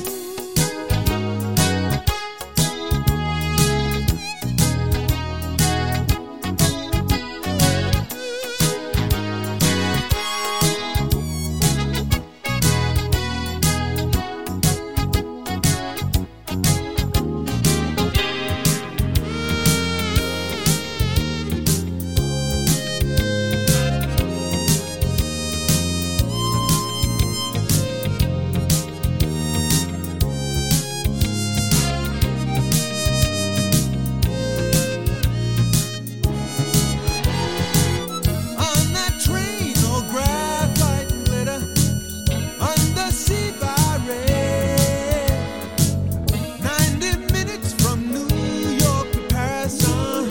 On that train, all graphite and glitter. Undersea by rail. Ninety minutes from New York to Paris.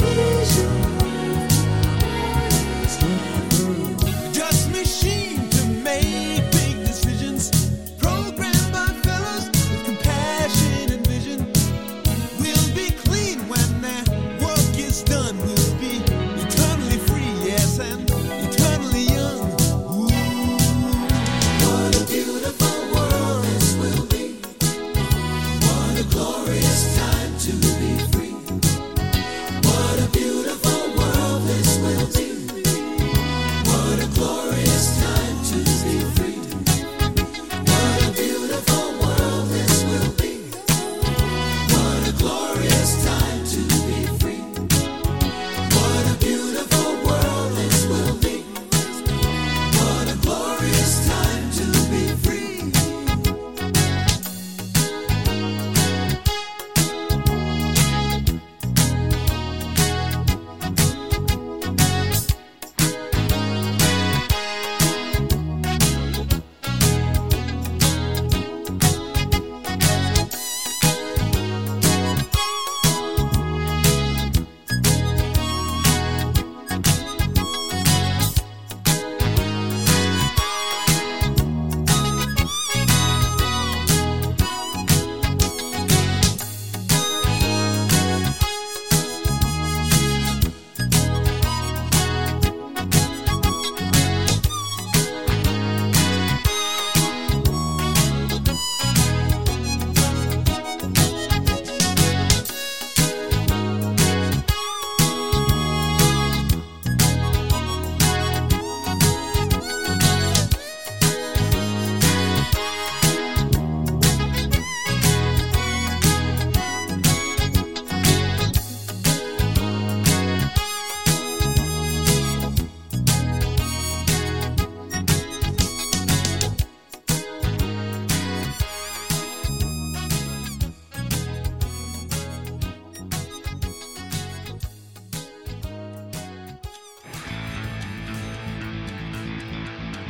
Just machine to make big decisions. Programmed by fellows with compassion and vision. We'll be clean when their work is done. We'll be eternally free, yes, and eternally young. Ooh. What a beautiful world this will be. What a glorious time to be free. What a beautiful world this will be. What a glorious time to be free. What a beautiful world this will be. What a glorious time to be free. What a beautiful world this will be. What a glorious time to be free.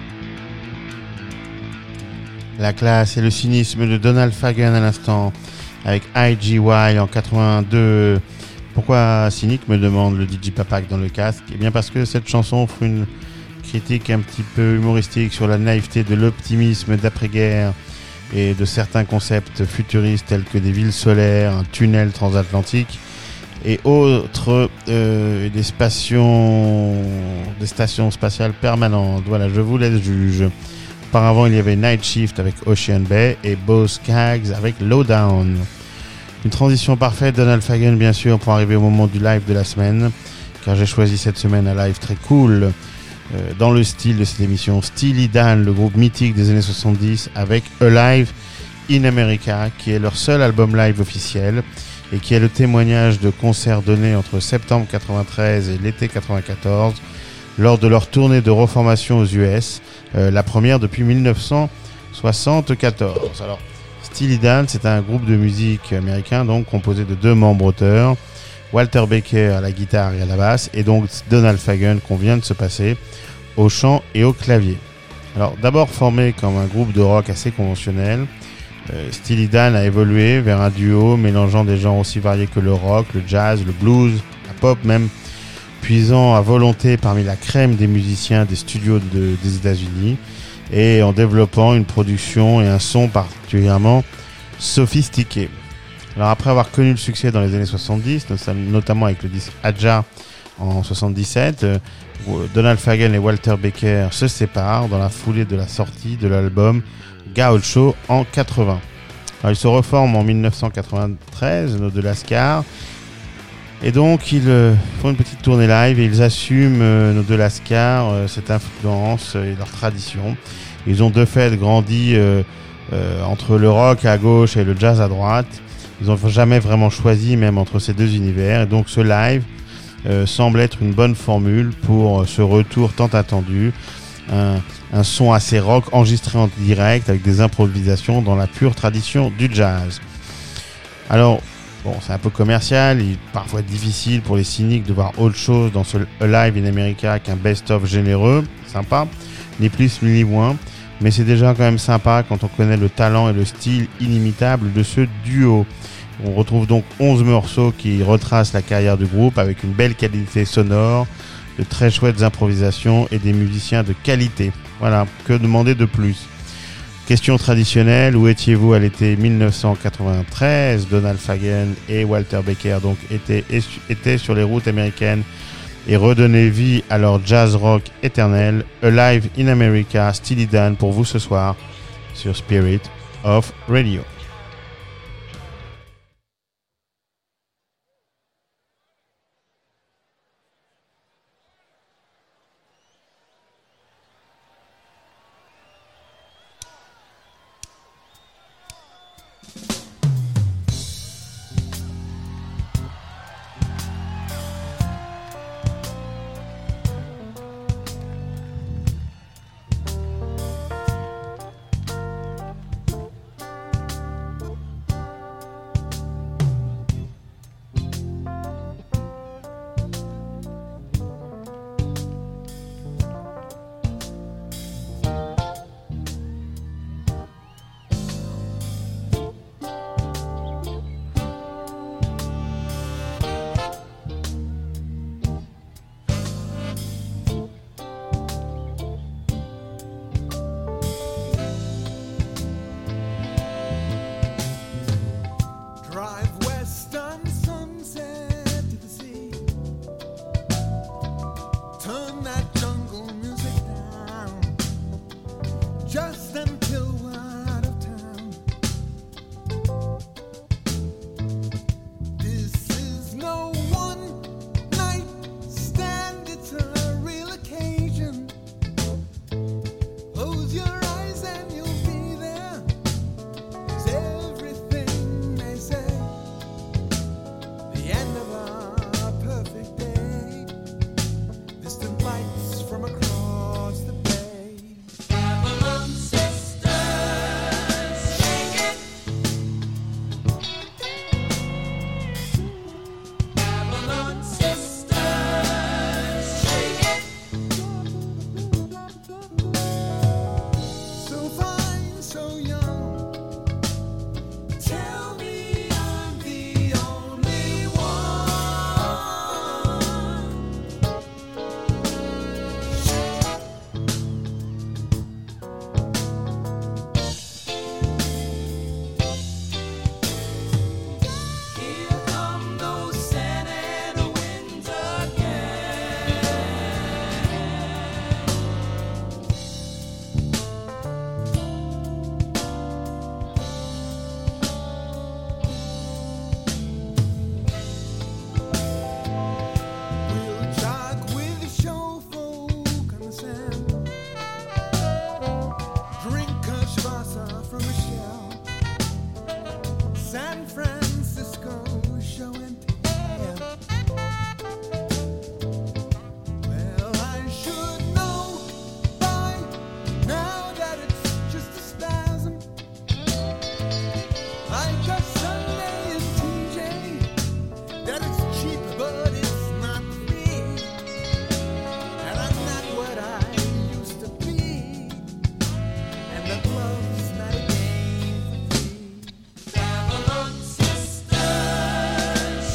La classe et le cynisme de Donald Fagen à l'instant. avec I G Y en quatre-vingt-deux. Pourquoi cynique, me demande le D J Papak dans le casque? Eh bien parce que cette chanson offre une critique un petit peu humoristique sur la naïveté de l'optimisme d'après-guerre et de certains concepts futuristes tels que des villes solaires, un tunnel transatlantique et autres euh, des stations, des stations spatiales permanentes. Voilà, je vous laisse juge. Auparavant, il y avait Night Shift avec Ocean Bay et Bo Skaggs avec Lowdown. Une transition parfaite, Donald Fagen bien sûr, pour arriver au moment du live de la semaine, car j'ai choisi cette semaine un live très cool euh, dans le style de cette émission, Steely Dan, le groupe mythique des années soixante-dix, avec Alive in America, qui est leur seul album live officiel et qui est le témoignage de concerts donnés entre septembre quatre-vingt-treize et l'été quatre-vingt-quatorze lors de leur tournée de reformation aux U S, euh, la première depuis dix-neuf cent soixante-quatorze. Alors, Steely Dan, c'est un groupe de musique américain donc composé de deux membres auteurs, Walter Baker à la guitare et à la basse, et donc Donald Fagen qu'on vient de se passer au chant et au clavier. Alors, d'abord formé comme un groupe de rock assez conventionnel, euh, Steely Dan a évolué vers un duo mélangeant des genres aussi variés que le rock, le jazz, le blues, la pop même, puisant à volonté parmi la crème des musiciens des studios de, des États-Unis et en développant une production et un son particulièrement sophistiqués. Alors après avoir connu le succès dans les années soixante-dix, notamment avec le disque Adja en soixante-dix-sept, euh, Donald Fagen et Walter Baker se séparent dans la foulée de la sortie de l'album Gaucho en quatre-vingts. Alors, ils se reforment en dix-neuf cent quatre-vingt-treize, de Lascar. Et donc ils euh, font une petite tournée live et ils assument euh, nos deux Lascar, euh, cette influence euh, et leur tradition. Ils ont de fait grandi euh, euh, entre le rock à gauche et le jazz à droite. Ils n'ont jamais vraiment choisi même entre ces deux univers. Et donc ce live euh, semble être une bonne formule pour euh, ce retour tant attendu. Un, un son assez rock enregistré en direct avec des improvisations dans la pure tradition du jazz. Alors, bon, c'est un peu commercial, il est parfois difficile pour les cyniques de voir autre chose dans ce Live in America qu'un best-of généreux, sympa, ni plus ni moins, mais c'est déjà quand même sympa quand on connaît le talent et le style inimitable de ce duo. On retrouve donc onze morceaux qui retracent la carrière du groupe avec une belle qualité sonore, de très chouettes improvisations et des musiciens de qualité. Voilà, que demander de plus? Question traditionnelle, où étiez-vous à l'été dix-neuf cent quatre-vingt-treize? Donald Fagen et Walter Baker donc étaient, étaient sur les routes américaines et redonnaient vie à leur jazz rock éternel. Alive in America, Steely Dan pour vous ce soir sur Spirit of Radio. San Francisco show and tell. Well, I should know by now that it's just a spasm. Like a Sunday in T J, that it's cheap, but it's not free. And I'm not what I used to be. And the glove's not a game for free. Babylon sisters,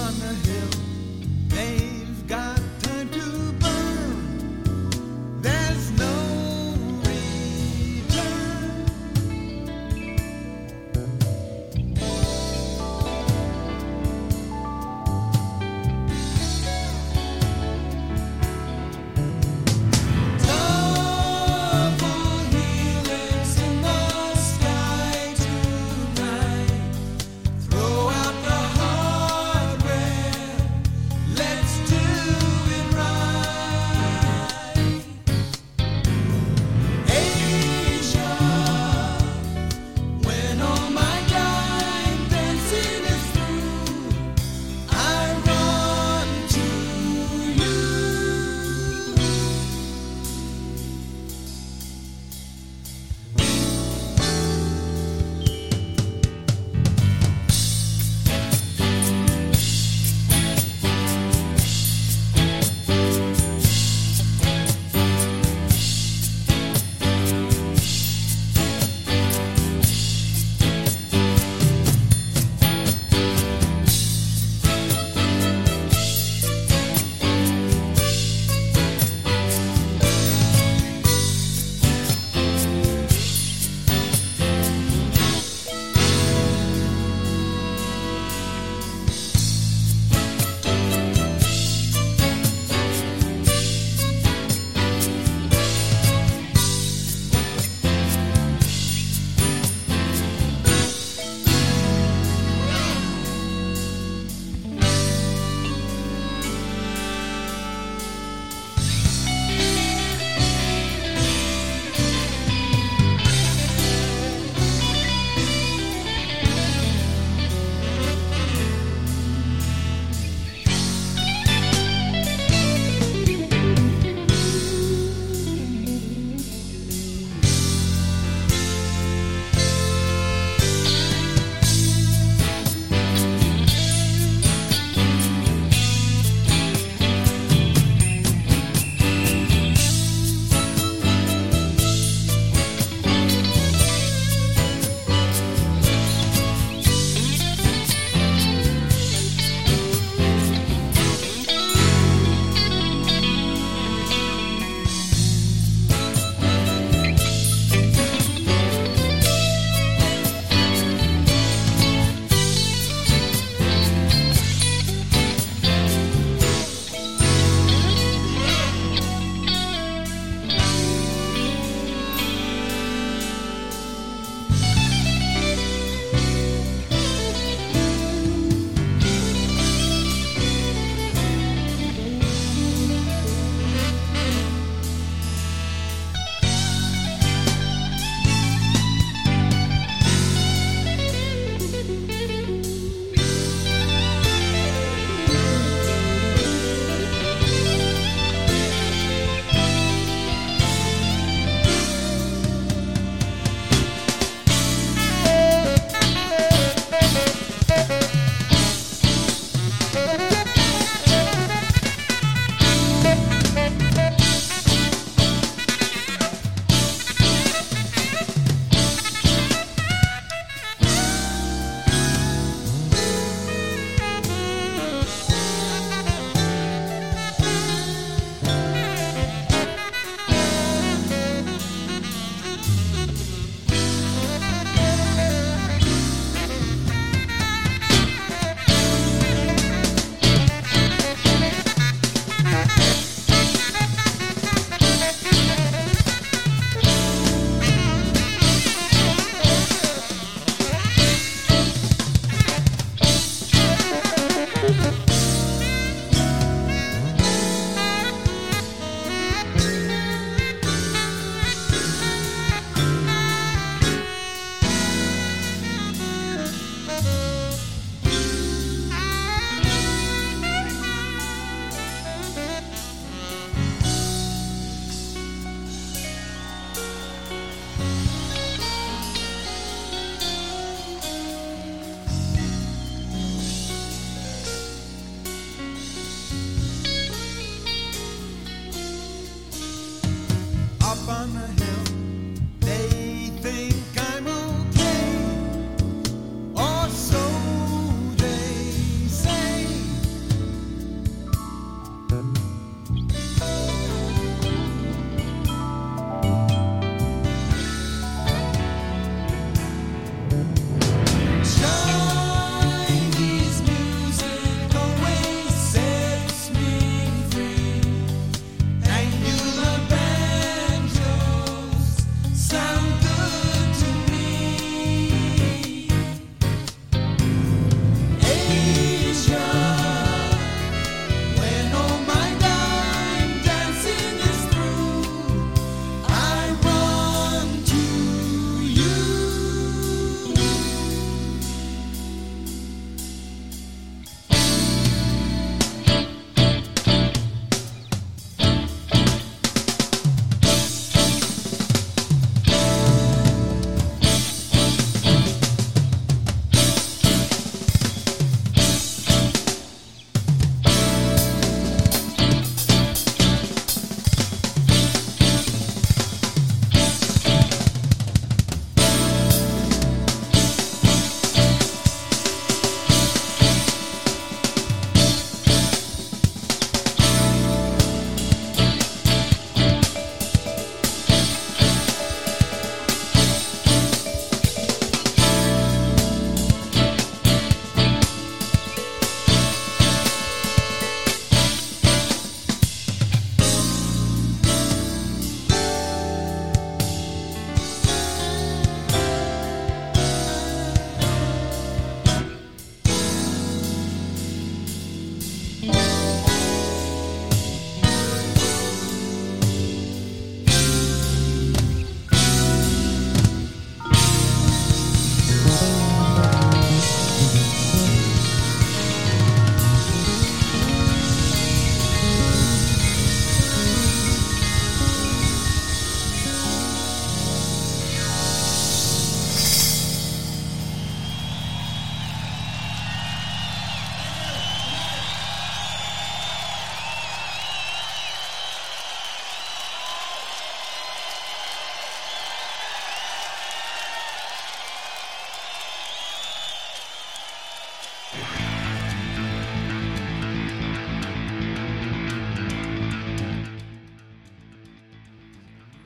on the hill. They've got time to burn. There's no return. Double helix in the sky tonight. Throw out the hardware.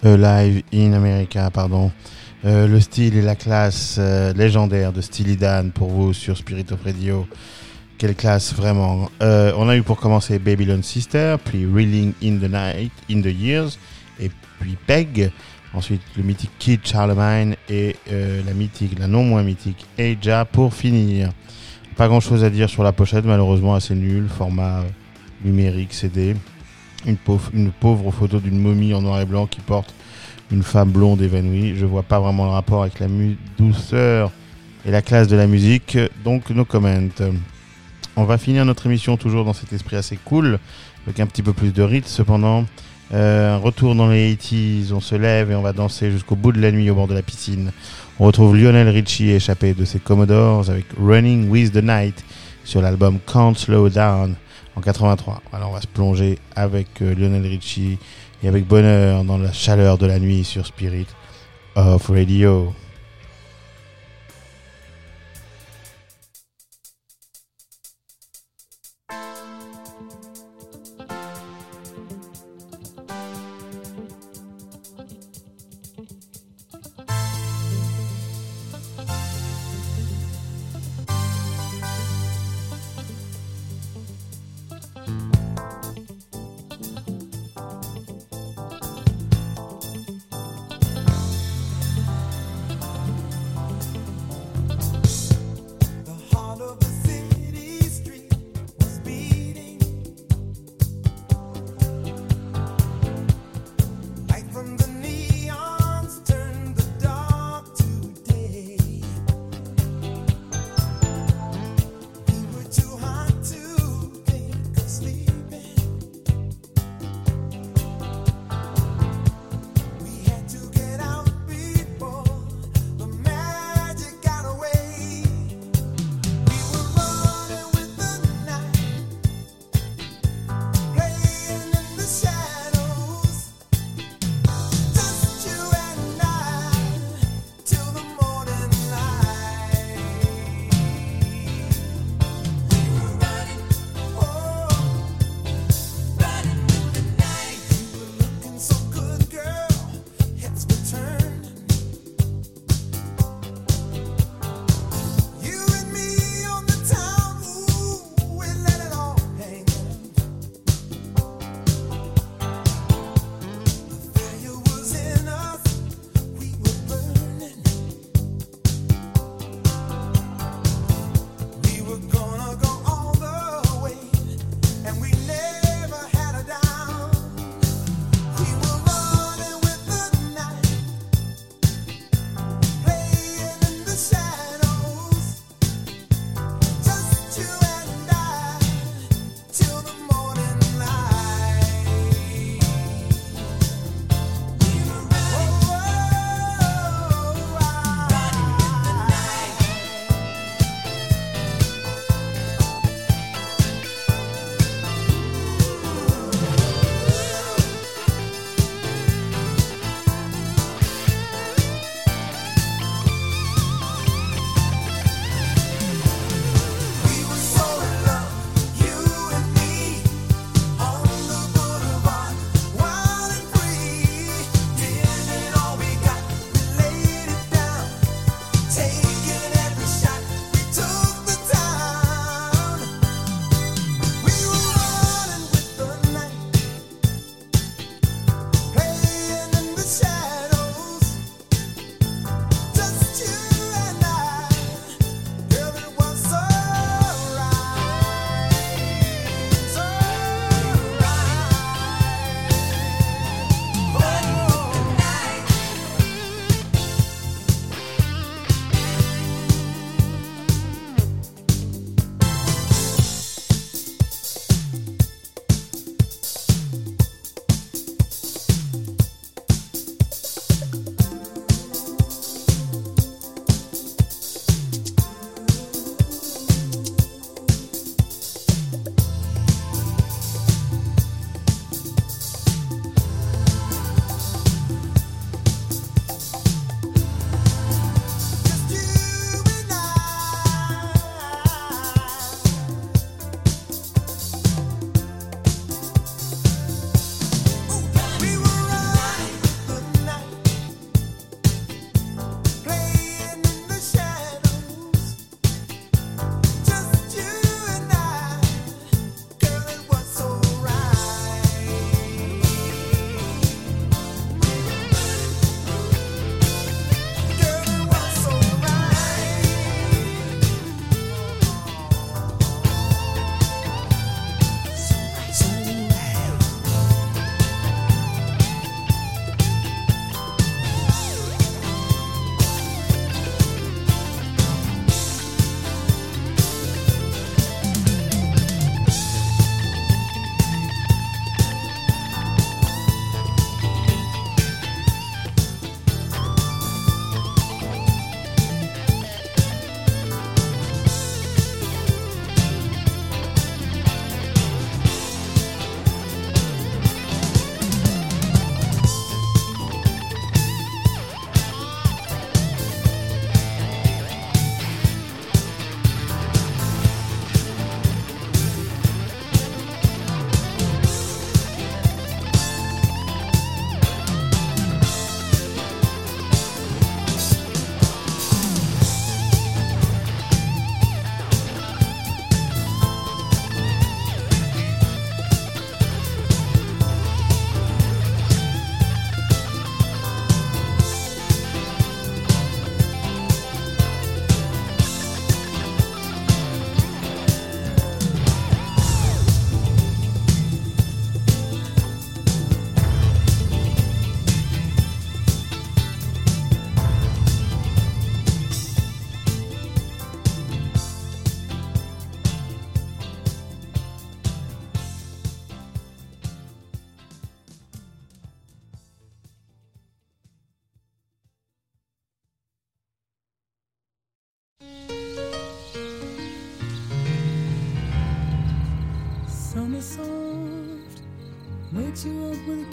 euh, Live in America, pardon. Euh, le style et la classe euh, légendaire de Steely Dan pour vous sur Spirit of Radio. Quelle classe, vraiment. Euh, on a eu pour commencer Babylon Sister, puis Reeling in the Night, in the Years, et puis Peg. Ensuite, le mythique Kid Charlemagne et euh, la mythique, la non moins mythique Aja pour finir. Pas grand chose à dire sur la pochette, malheureusement assez nul. Format euh, numérique C D. Une pauvre, une pauvre photo d'une momie en noir et blanc qui porte une femme blonde évanouie. Je vois pas vraiment le rapport avec la mu- douceur et la classe de la musique, donc no comment. On va finir notre émission toujours dans cet esprit assez cool, avec un petit peu plus de rythme cependant. Euh, un retour dans les eighties, on se lève et on va danser jusqu'au bout de la nuit au bord de la piscine. On retrouve Lionel Richie échappé de ses Commodores avec Running with the Night sur l'album Can't Slow Down en quatre-vingt-trois. Alors on va se plonger avec euh, Lionel Richie et avec bonheur dans la chaleur de la nuit sur Spirit of Radio.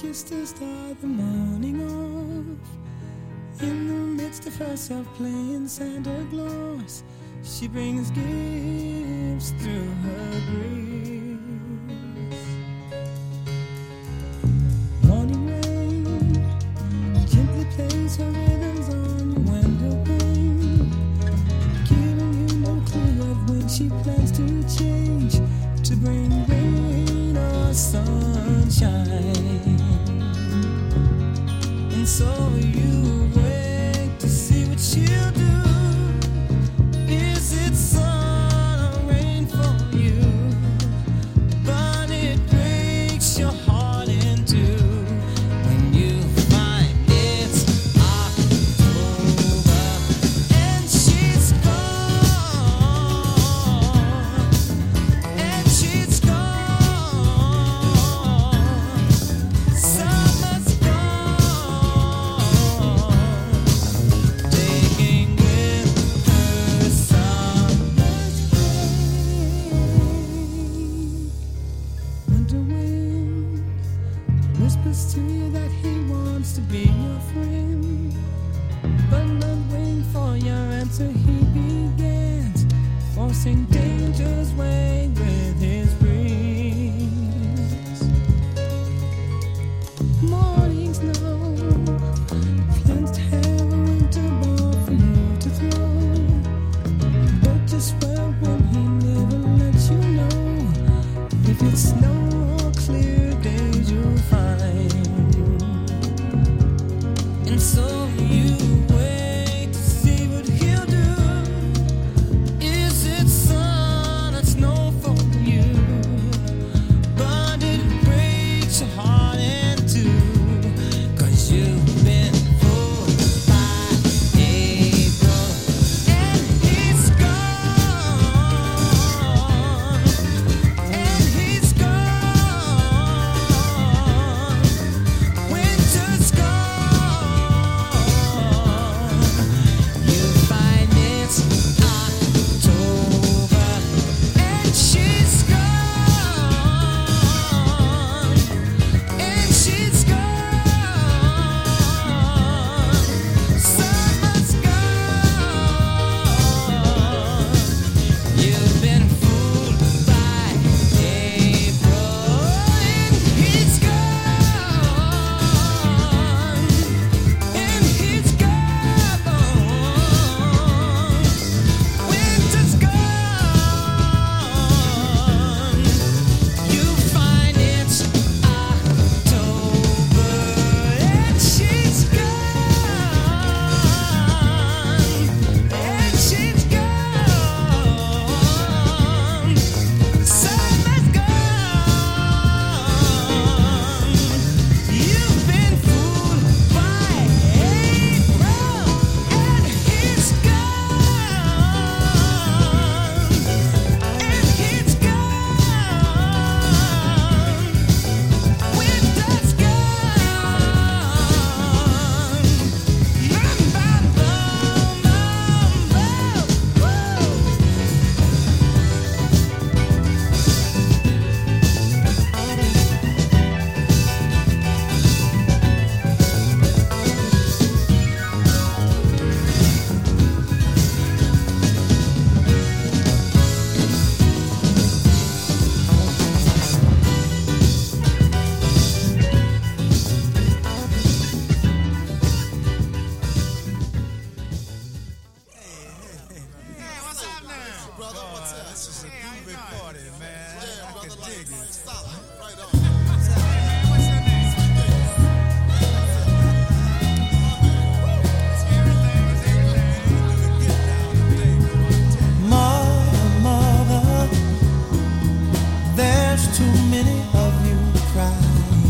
kiss to start the morning off. In the midst of herself playing Santa Claus, she brings gifts through her grace. Morning rain gently plays her rhythms on your window pane, giving you no clue of when she plans to change to bring rain or sunshine. And so you wait to see what she'll do. Is it sun or rain for you? But it breaks your heart in two when you find it's October and she's gone, and she's gone. Summer's gone, taking with her summer's break. Winter wind whispers to you that he wants to be your friend, but not waiting for your answer, he begins forcing danger's way with his breeze. Mornings know plans to have a winter ball for you to throw, but just well when he never lets you know if it's snow or clear days you'll find. And so you wait to see what he'll do. Is it sun or snow for you? But it breaks your heart in two, 'cause you've been fooled by April and he's gone, and he's gone. Winter's gone. You find it's October and she's gone, and she's gone. Summer's gone. You've been fooled by April and he's gone, and he's gone. Winter's gone. You find it's October and she's gone, and she's gone. Summer's gone. You've been fooled by April and he's gone, and he's gone. Winter's gone. Brother, what's up? This is a groovy party, man. Yeah, brother, like it. Solid. Right on. What's your name? Mother, mother, there's too many of you crying.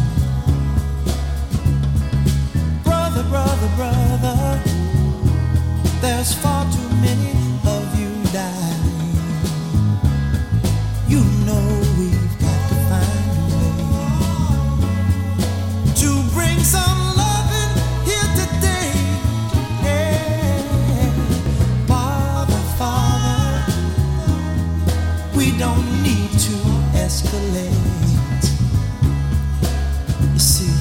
Brother, brother, brother, there's far too many of you dying. You know we've got to find a way to bring some loving here today. Yeah. Father, Father, we don't need to escalate. You see,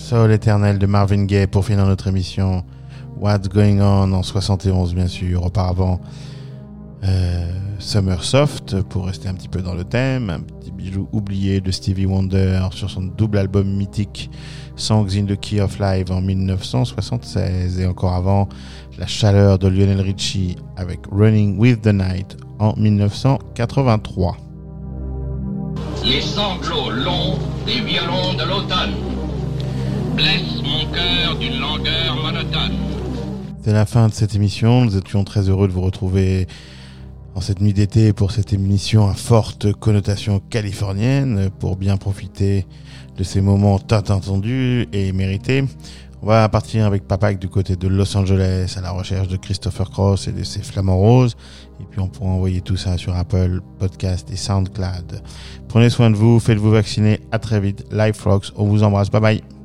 Soul éternel de Marvin Gaye pour finir notre émission. What's Going On en soixante et onze, bien sûr. Auparavant, euh, Summer Soft pour rester un petit peu dans le thème. Un petit bijou oublié de Stevie Wonder sur son double album mythique Songs in the Key of Life en dix-neuf cent soixante-seize. Et encore avant, la chaleur de Lionel Richie avec Running with the Night en dix-neuf cent quatre-vingt-trois. Les sanglots longs des violons de l'automne blessent mon cœur d'une langueur monotone. C'est la fin de cette émission. Nous étions très heureux de vous retrouver en cette nuit d'été pour cette émission à forte connotation californienne pour bien profiter de ces moments tant attendus et mérités. On va partir avec Papak du côté de Los Angeles à la recherche de Christopher Cross et de ses Flamants Roses. Et puis on pourra envoyer tout ça sur Apple Podcast et SoundCloud. Prenez soin de vous, faites-vous vacciner. À très vite. Live Frogs, on vous embrasse. Bye bye.